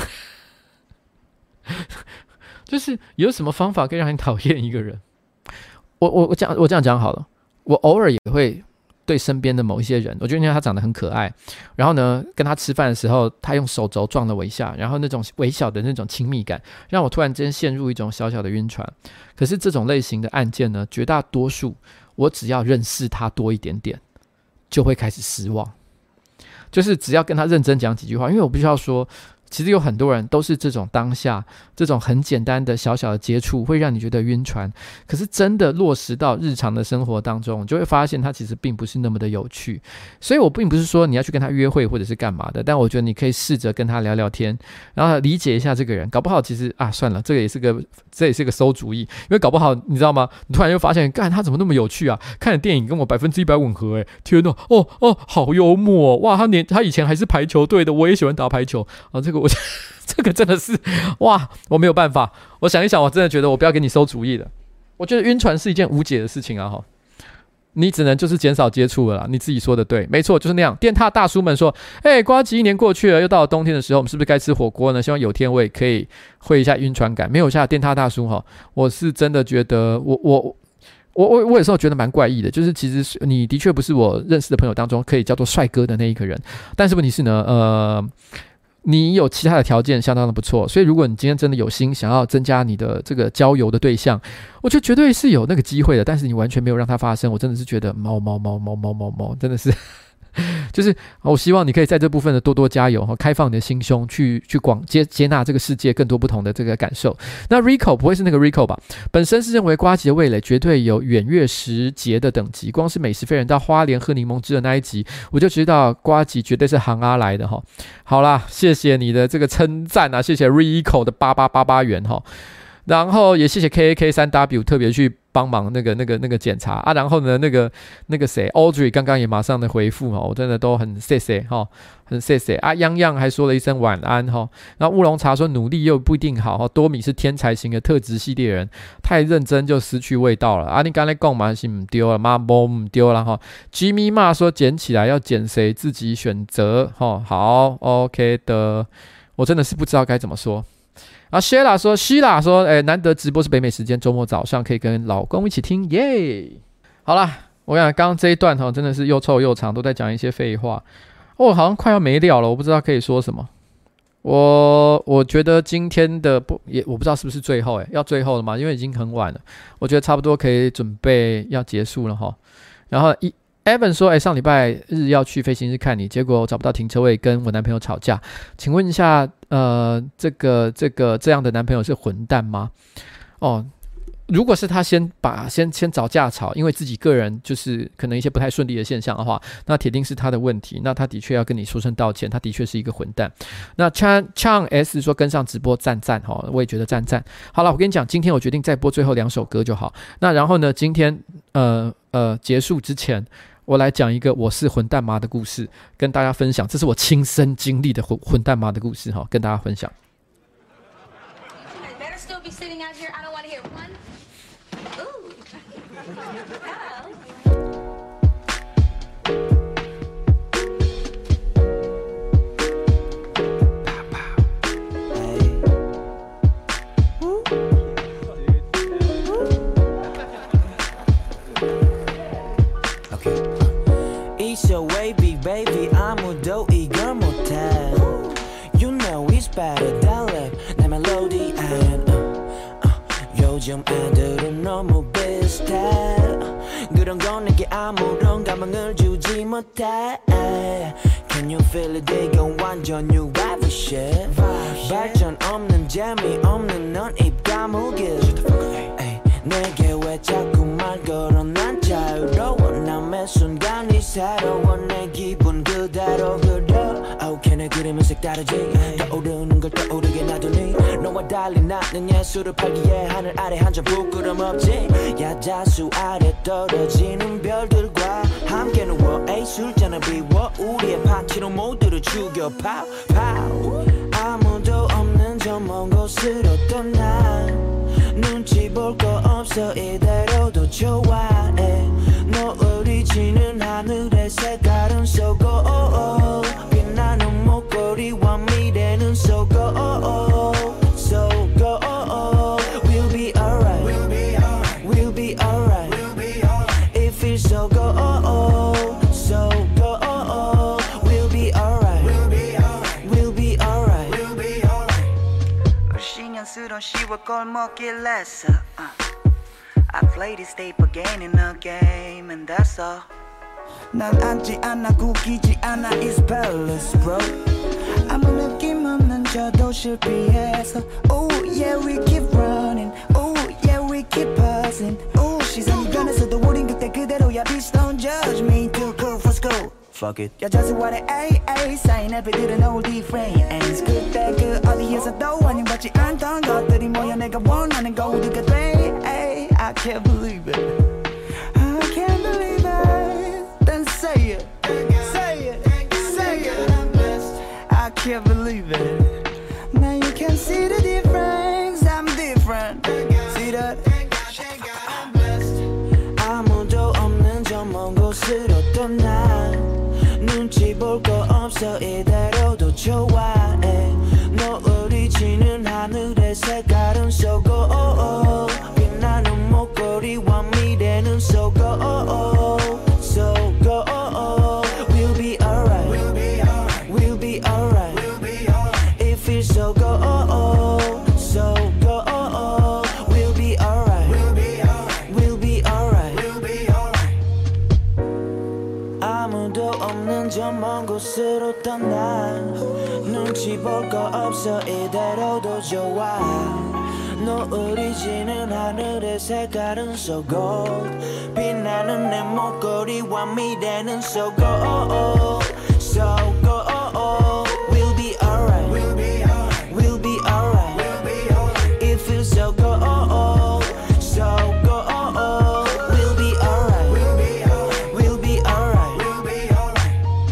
就是有什么方法可以让你讨厌一个人？我我我这样我这样讲好了，我偶尔也会对身边的某一些人，我觉得他长得很可爱，然后呢跟他吃饭的时候，他用手肘撞了我一下，然后那种微小的那种亲密感，让我突然间陷入一种小小的晕船。可是这种类型的案件呢，绝大多数我只要认识他多一点点，就会开始失望。就是只要跟他认真讲几句话，因为我必须要说。其实有很多人都是这种当下这种很简单的小小的接触会让你觉得晕船，可是真的落实到日常的生活当中，你就会发现它其实并不是那么的有趣。所以我并不是说你要去跟他约会或者是干嘛的，但我觉得你可以试着跟他聊聊天，然后理解一下这个人，搞不好其实啊算了，这个也是个这也是个馊主意，因为搞不好你知道吗？你突然又发现，干他怎么那么有趣啊？看的电影跟我百分之一百吻合哎！天哪，哦哦，好幽默、哦、哇！他年他以前还是排球队的，我也喜欢打排球啊，这个。我这个真的是哇，我没有办法。我想一想，我真的觉得我不要给你馊主意了。我觉得晕船是一件无解的事情啊！哈，你只能就是减少接触了啦。你自己说的对，没错，就是那样。电踏大叔们说：“哎、欸，瓜吉一年过去了，又到了冬天的时候，我们是不是该吃火锅呢？希望有天我也可以会一下晕船感。”没有下电踏大叔哈，我是真的觉得我我。我我我有时候觉得蛮怪异的，就是其实你的确不是我认识的朋友当中可以叫做帅哥的那一个人，但是问题是呢，呃。你有其他的条件相当的不错，所以如果你今天真的有心想要增加你的这个交友的对象，我觉得绝对是有那个机会的，但是你完全没有让它发生，我真的是觉得毛毛毛毛毛毛毛，真的是就是我希望你可以在这部分的多多加油，开放你的心胸去去广接接纳这个世界更多不同的这个感受。那 Rico 不会是那个 Rico 吧？本身是认为呱吉的味蕾绝对有远越时节的等级，光是美食飞人到花莲喝柠檬汁的那一集，我就知道呱吉绝对是行阿来的哈。好啦，谢谢你的这个称赞啊，谢谢 Rico 的八八八八元哈。然后也谢谢 K A K 三 W 特别去帮忙那个那个那个检查啊，然后呢那个那个谁 Audrey 刚刚也马上的回复哈，我真的都很谢谢哈，很谢谢啊。央央还说了一声晚安哈，然后乌龙茶说努力又不一定好哈，多米是天才型的特质系列人，太认真就失去味道了啊。你刚才讲嘛是唔丢了，妈波唔丢了哈。Jimmy 骂说捡起来要捡谁自己选择哈，好 OK 的，我真的是不知道该怎么说。啊 ，Sheila 说 ，Sheila 说，哎，难得直播是北美时间，周末早上可以跟老公一起听，耶！好啦，我想刚刚这一段哈，真的是又臭又长，都在讲一些废话，哦，好像快要没料了，我不知道可以说什么。我我觉得今天的不也我不知道是不是最后，哎，要最后了嘛？因为已经很晚了，我觉得差不多可以准备要结束了哈。然后一。Evan 说：“哎，上礼拜日要去飞行日看你，结果找不到停车位，跟我男朋友吵架。请问一下，呃，这个这个这样的男朋友是混蛋吗？ 哦。如果是他先把先先找架吵，因为自己个人就是可能一些不太顺利的现象的话，那铁定是他的问题。那他的确要跟你说声道歉，他的确是一个混蛋。那 Chan Chang S 说跟上直播赞赞哈，我也觉得赞赞。好了，我跟你讲，今天我决定再播最后两首歌就好。那然后呢，今天呃呃结束之前，我来讲一个我是混蛋妈的故事，跟大家分享。这是我亲身经历的混混蛋妈的故事哈，跟大家分享。 Baby, 아무도 이걸 못해. You know it's better than rap. 내 멜로디 and uh, uh, 요즘 애들은 너무 비슷해. 그런 건 내게 아무런 감흥을 주지 못해. Can you feel it? 이건 완전 new vibe shit. 발전 없는 재미 없는 넌 입 다물길. 내게 왜 자꾸 말 걸어 난 자유로워 남의 순간이 새로워 내 기분 그대로 그려 Okay 내 그림은 색다르지 떠오르는 걸 떠오르게 놔두니 너와 달리 나는 예술을 팔기에 하늘 아래 한 점 부끄럼 없지 야자수 아래 떨어지는 별들과 함께 누워 에이 술잔을 비워 우리의 파티로 모두를 죽여 파우 파우 아무도 없는 저 먼 곳으로 떠나 눈치 볼 거 없어 이대로도 좋아해 노을이 지는 하늘의 색깔은 쏘고 빛나는 목걸이와 미래는 쏘고 쏘고 We'll be alright We'll be alright We'll be alright It feels so good so good We'll be alright We'll be alright We'll be alright We'll be alright 신경스러운 시월 골목길에서 uh. I play this tape again and again and that's all 난 앉지 않아 구기지 않아 It's balance bro 아무 느낌 없는 저 도시를 피해서 Oh yeah we keep running Oh yeah we keep passing Oh 시선이 변해서도 우린 그때 그대로야 Please don't judge me too cool for school Fuck it 여자수 아래 에이 에이 쌓인 애들은 all different 그때 그 어디에서도 아닌 받지 않던 것들이 모여 내가 원하는 거우리가 돼 에이, I can't believe it I can't believe it Then say it Say it Say it I can't believe it Now you can see the difference I'm different See that 아무도 없는 저 먼 곳으로 떠나 눈치 볼 거 없어 이대로도 좋아해 노을이 지는 하늘의 색깔은 쏘고 빛나는 목걸이와 미래는 쏘고 쏘고 We'll be alright We'll be alright We'll be alright It feels so good so good We'll be alright We'll be alright We'll be alright We'll be alright 아무도 없는 저 먼 곳으로 떠나 눈치 볼 거 없어 이대로도 좋아 노을이 지는 하늘의 색깔은 so gold 빛나는 내 목걸이와 미래는 so gold so gold We'll be alright We'll be alright We'll be alright We'll be alright It feels so gold so gold We'll be alright We'll be alright We'll be alright We'll be alright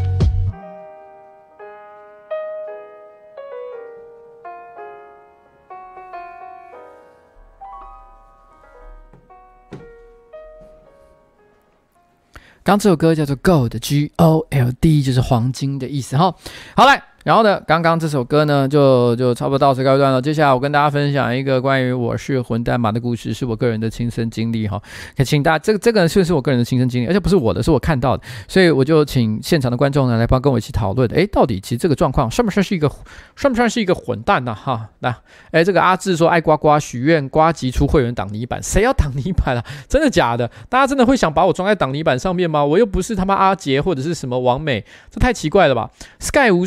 刚这首歌叫做 Gold G O L D 就是黄金的意思哈。好来，然后呢，刚刚这首歌呢就就差不多到此告一段了。接下来我跟大家分享一个关于我是混蛋妈的故事，是我个人的亲身经历哈。请大家这个这个是是我个人的亲身经历，而且不是我的，是我看到的，所以我就请现场的观众呢来帮跟我一起讨论。哎，到底其实这个状况算不算是一个算不算是一个混蛋呢、啊？哈，那哎，这个阿志说爱呱呱许愿呱吉出会员挡泥板，谁要挡泥板啊？真的假的？大家真的会想把我装在挡泥板上面吗？我又不是他妈阿杰或者是什么王美，这太奇怪了吧 ？Sky 吴说，哎。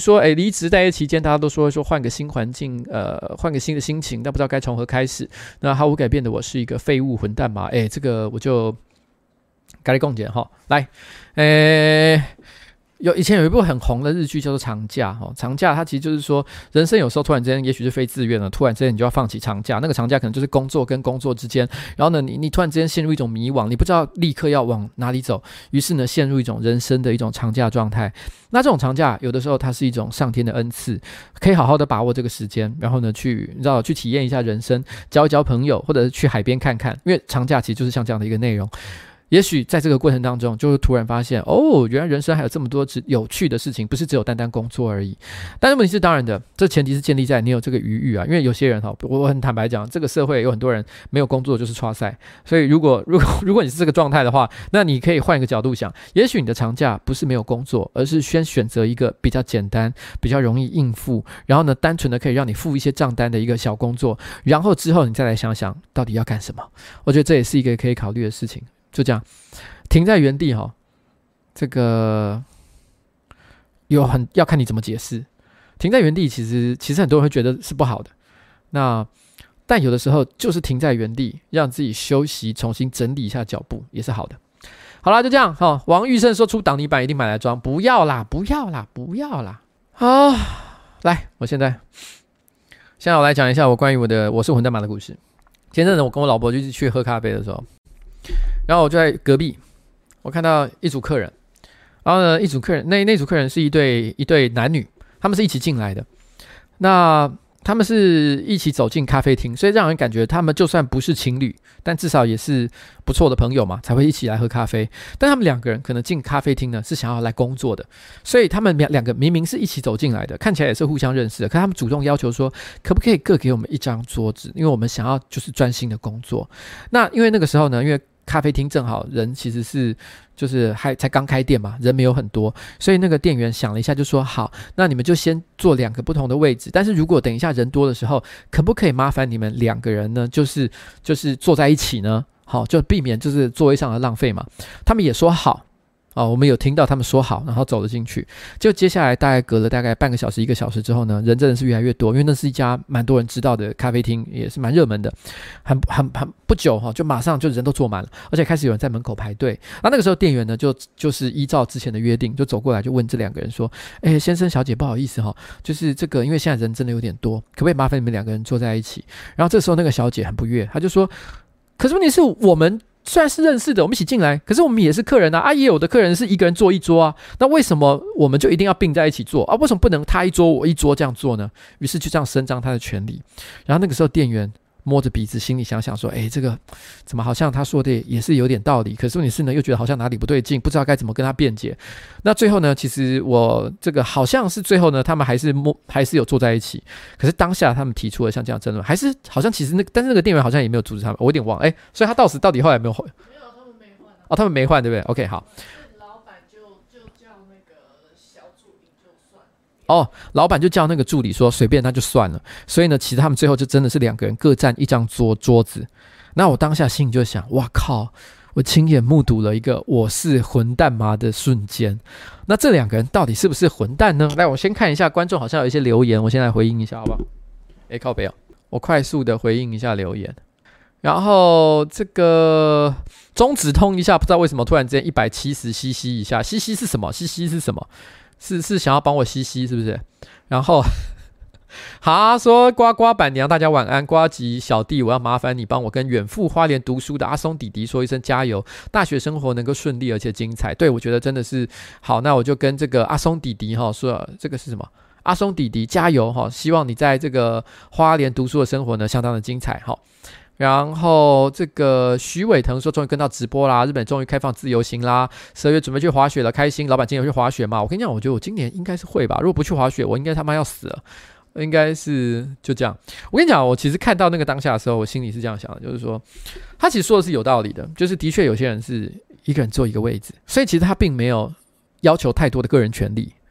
离职待业期间，大家都说说换个新环境，呃，换个新的心情，但不知道该从何开始。那毫无改变的我是一个废物混蛋嘛？哎，这个我就该来共解哈。来，诶。有以前有一部很红的日剧叫做《长假》哦，长假它其实就是说，人生有时候突然之间，也许是非自愿的，突然之间你就要放弃长假。那个长假可能就是工作跟工作之间，然后呢，你你突然之间陷入一种迷惘，你不知道立刻要往哪里走，于是呢，陷入一种人生的一种长假状态。那这种长假有的时候它是一种上天的恩赐，可以好好的把握这个时间，然后呢，去你知道去体验一下人生，交一交朋友，或者是去海边看看，因为长假其实就是像这样的一个内容。也许在这个过程当中，就会突然发现，哦，原来人生还有这么多有趣的事情，不是只有单单工作而已。但是问题是当然的，这前提是建立在你有这个余裕啊。因为有些人哈，我很坦白讲，这个社会有很多人没有工作就是挫赛。所以如果如果如果你是这个状态的话，那你可以换一个角度想，也许你的长假不是没有工作，而是先选择一个比较简单、比较容易应付，然后呢，单纯的可以让你付一些账单的一个小工作，然后之后你再来想想到底要干什么。我觉得这也是一个可以考虑的事情。就这样停在原地哈，这个有很要看你怎么解释。停在原地其实其实很多人会觉得是不好的，那但有的时候就是停在原地，让自己休息，重新整理一下脚步也是好的。好啦，就这样哈。王玉胜说出挡泥板一定买来装，不要啦，不要啦，不要啦。好，来，我现在现在我来讲一下我关于我的我是混蛋马的故事。前阵子我跟我老婆就是去喝咖啡的时候。然后我就在隔壁，我看到一组客人，然后呢，一组客人那那组客人是一对一对男女，他们是一起进来的。那他们是一起走进咖啡厅，所以让人感觉他们就算不是情侣，但至少也是不错的朋友嘛，才会一起来喝咖啡。但他们两个人可能进咖啡厅呢是想要来工作的，所以他们两个明明是一起走进来的，看起来也是互相认识的，可他们主动要求说，可不可以各给我们一张桌子，因为我们想要就是专心的工作。那因为那个时候呢，因为咖啡厅正好人其实是就是还才刚开店嘛，人没有很多，所以那个店员想了一下就说，好，那你们就先坐两个不同的位置，但是如果等一下人多的时候，可不可以麻烦你们两个人呢就是就是坐在一起呢，好，就避免就是座位上的浪费嘛。他们也说好哦，我们有听到他们说好，然后走了进去。就接下来大概隔了大概半个小时一个小时之后呢，人真的是越来越多，因为那是一家蛮多人知道的咖啡厅，也是蛮热门的。很很很不久哈，就马上就人都坐满了，而且开始有人在门口排队。那那个时候店员呢，就就是依照之前的约定，就走过来就问这两个人说：“哎，先生小姐，不好意思哈，就是这个因为现在人真的有点多，可不可以麻烦你们两个人坐在一起？”然后这时候那个小姐很不悦，她就说：“可是问题是我们。”虽然是认识的，我们一起进来，可是我们也是客人啊！啊，也有的客人是一个人坐一桌啊，那为什么我们就一定要并在一起坐啊？为什么不能他一桌我一桌这样做呢？于是就这样伸张他的权利。然后那个时候店员摸着鼻子，心里想想说：“哎，这个怎么好像他说的也是有点道理？可是问题是呢，又觉得好像哪里不对劲，不知道该怎么跟他辩解。”那最后呢，其实我这个好像是最后呢，他们还是摸还是有坐在一起。可是当下他们提出了像这样争论，还是好像其实那但是那个店员好像也没有阻止他们，我有点忘了。哎，所以他到时到底后来有没有换？ 没有，他们没换、啊。 哦，他们没换，对不对 ？OK， 好。 老板就就叫那个小助理就算。 哦，老板就叫那个助理说随便那就算了，所以呢，其实他们最后就真的是两个人各占一张桌桌子。那我当下心里就想，哇靠！我亲眼目睹了一个我是混蛋吗的瞬间。那这两个人到底是不是混蛋呢？来，我先看一下观众好像有一些留言，我先来回应一下好不好？哎，靠北哦，我快速的回应一下留言。然后这个中指通一下，不知道为什么突然之间一百七十吸吸一下，吸吸是什么？吸吸是什么？是是想要帮我吸吸是不是？然后好说呱呱板娘，大家晚安，呱吉小弟，我要麻烦你帮我跟远赴花莲读书的阿松弟弟说一声加油，大学生活能够顺利而且精彩。对，我觉得真的是好，那我就跟这个阿松弟弟哈说，这个是什么？阿松弟弟加油哈，希望你在这个花莲读书的生活呢相当的精彩哈。然后这个徐伟腾说，终于跟到直播啦，日本终于开放自由行啦，十二月准备去滑雪了，开心。老板今年有去滑雪吗？我跟你讲，我觉得我今年应该是会吧，如果不去滑雪，我应该他妈要死了。应该是就这样。我跟你讲，我其实看到那个当下的时候，我心里是这样想的，就是说，他其实说的是有道理的，就是的确有些人是一个人坐一个位置，所以其实他并没有要求太多的个人权利。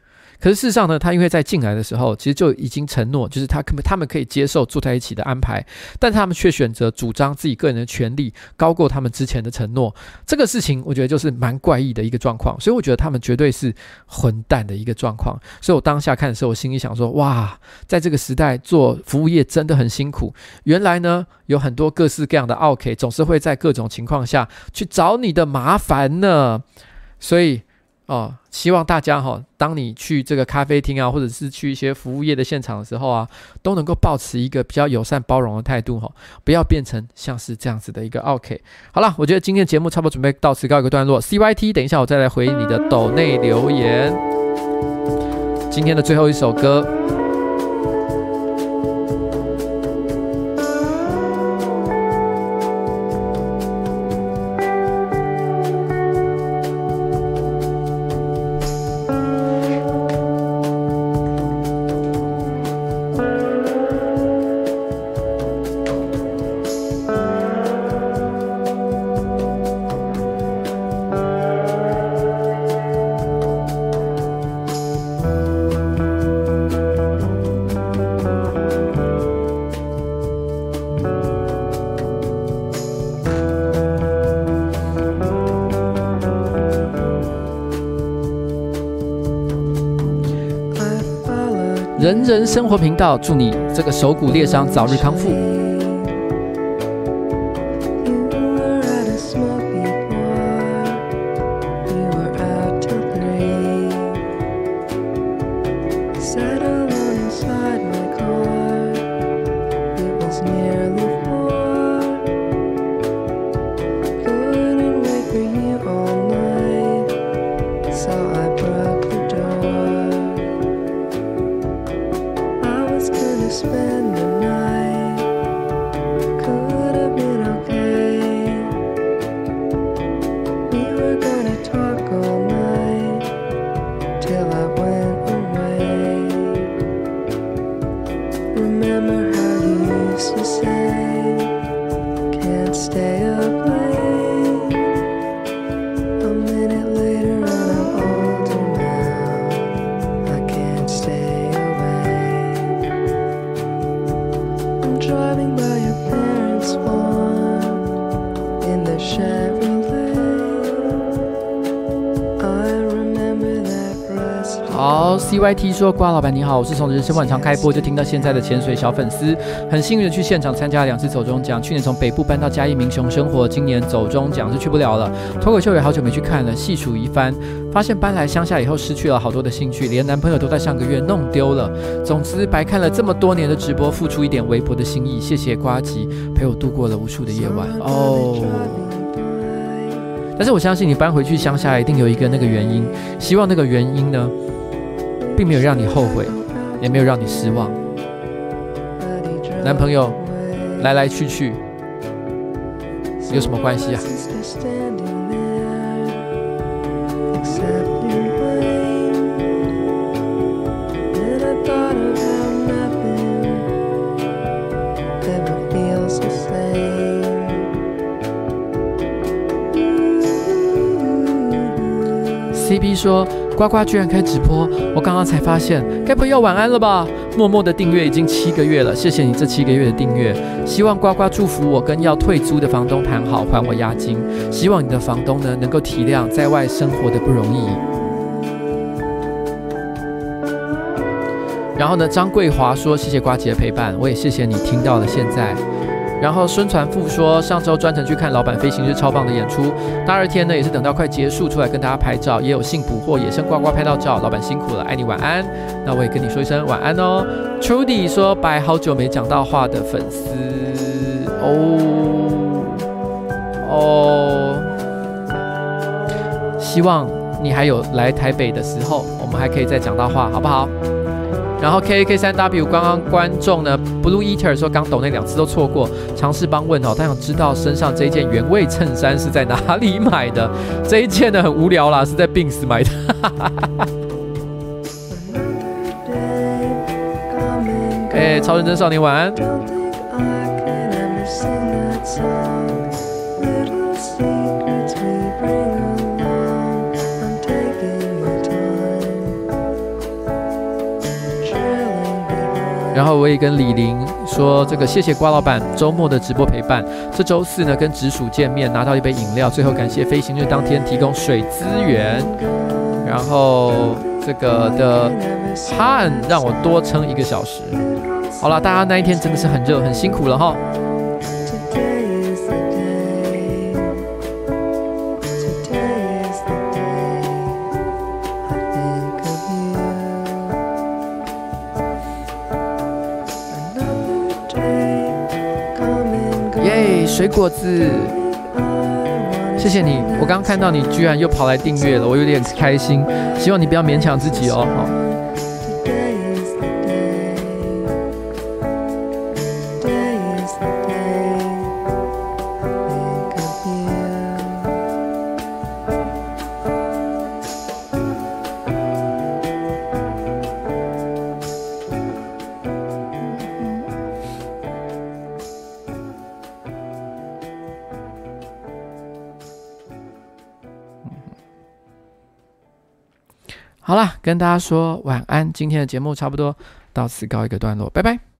可是事实上呢，他因为在进来的时候，其实就已经承诺，就是他他们可以接受坐在一起的安排，但他们却选择主张自己个人的权利高过他们之前的承诺。这个事情我觉得就是蛮怪异的一个状况，所以我觉得他们绝对是混蛋的一个状况。所以我当下看的时候，我心里想说，哇，在这个时代做服务业真的很辛苦。原来呢，有很多各式各样的奥 K 总是会在各种情况下去找你的麻烦呢。所以哦，希望大家哈、哦，当你去这个咖啡厅啊，或者是去一些服务业的现场的时候啊，都能够抱持一个比较友善包容的态度哈、哦，不要变成像是这样子的一个 OK。好了，我觉得今天的节目差不多准备到此告一个段落。C Y T， 等一下我再来回应你的抖内留言。今天的最后一首歌。人人生活频道，祝你这个手骨裂伤早日康复。好 ，C Y T 说：“瓜老板你好，我是从人生晚场开播就听到现在的潜水小粉丝，很幸运的去现场参加了两次走中奖。去年从北部搬到嘉义民雄生活，今年走中奖是去不了了。脱口秀也好久没去看了，细数一番，发现搬来乡下以后失去了好多的兴趣，连男朋友都在上个月弄丢了。总之，白看了这么多年的直播，付出一点微薄的心意，谢谢呱吉陪我度过了无数的夜晚哦。”但是我相信你搬回去乡下一定有一个那个原因，希望那个原因呢，并没有让你后悔，也没有让你失望。男朋友来来去去有什么关系啊？C B 说：“呱呱居然开直播，我刚刚才发现，该不会要晚安了吧？默默的订阅已经七个月了，谢谢你这七个月的订阅。希望呱呱祝福我跟要退租的房东谈好，还我押金。希望你的房东呢能够体谅在外生活的不容易。”然后呢，张桂华说：“谢谢呱姐的陪伴，我也谢谢你听到了现在。”然后孙传富说，上周专程去看老板飞行日超棒的演出，大二天呢也是等到快结束出来跟大家拍照，也有幸捕获野生呱呱拍到照，老板辛苦了，爱你晚安。那我也跟你说一声晚安哦。Trudy 说，白好久没讲到话的粉丝哦哦，希望你还有来台北的时候，我们还可以再讲到话，好不好？然后 K A K 三 W 刚刚观众呢 Blue Eater 说刚抖那两次都错过，尝试帮问哦，他想知道身上这一件原味衬衫是在哪里买的？这一件呢很无聊啦，是在 Bings 买的。哎，超认真少年晚安。 然后我也跟李玲说，这个谢谢瓜老板周末的直播陪伴。这周四呢跟直属见面，拿到一杯饮料。最后感谢飞行日当天提供水资源，然后这个的汉让我多撑一个小时。好了，大家那一天真的是很热，很辛苦了哈。耶，水果子，谢谢你！我刚刚看到你居然又跑来订阅了，我有点开心。希望你不要勉强自己哦。好。好啦，跟大家说晚安。今天的节目差不多到此告一个段落，拜拜。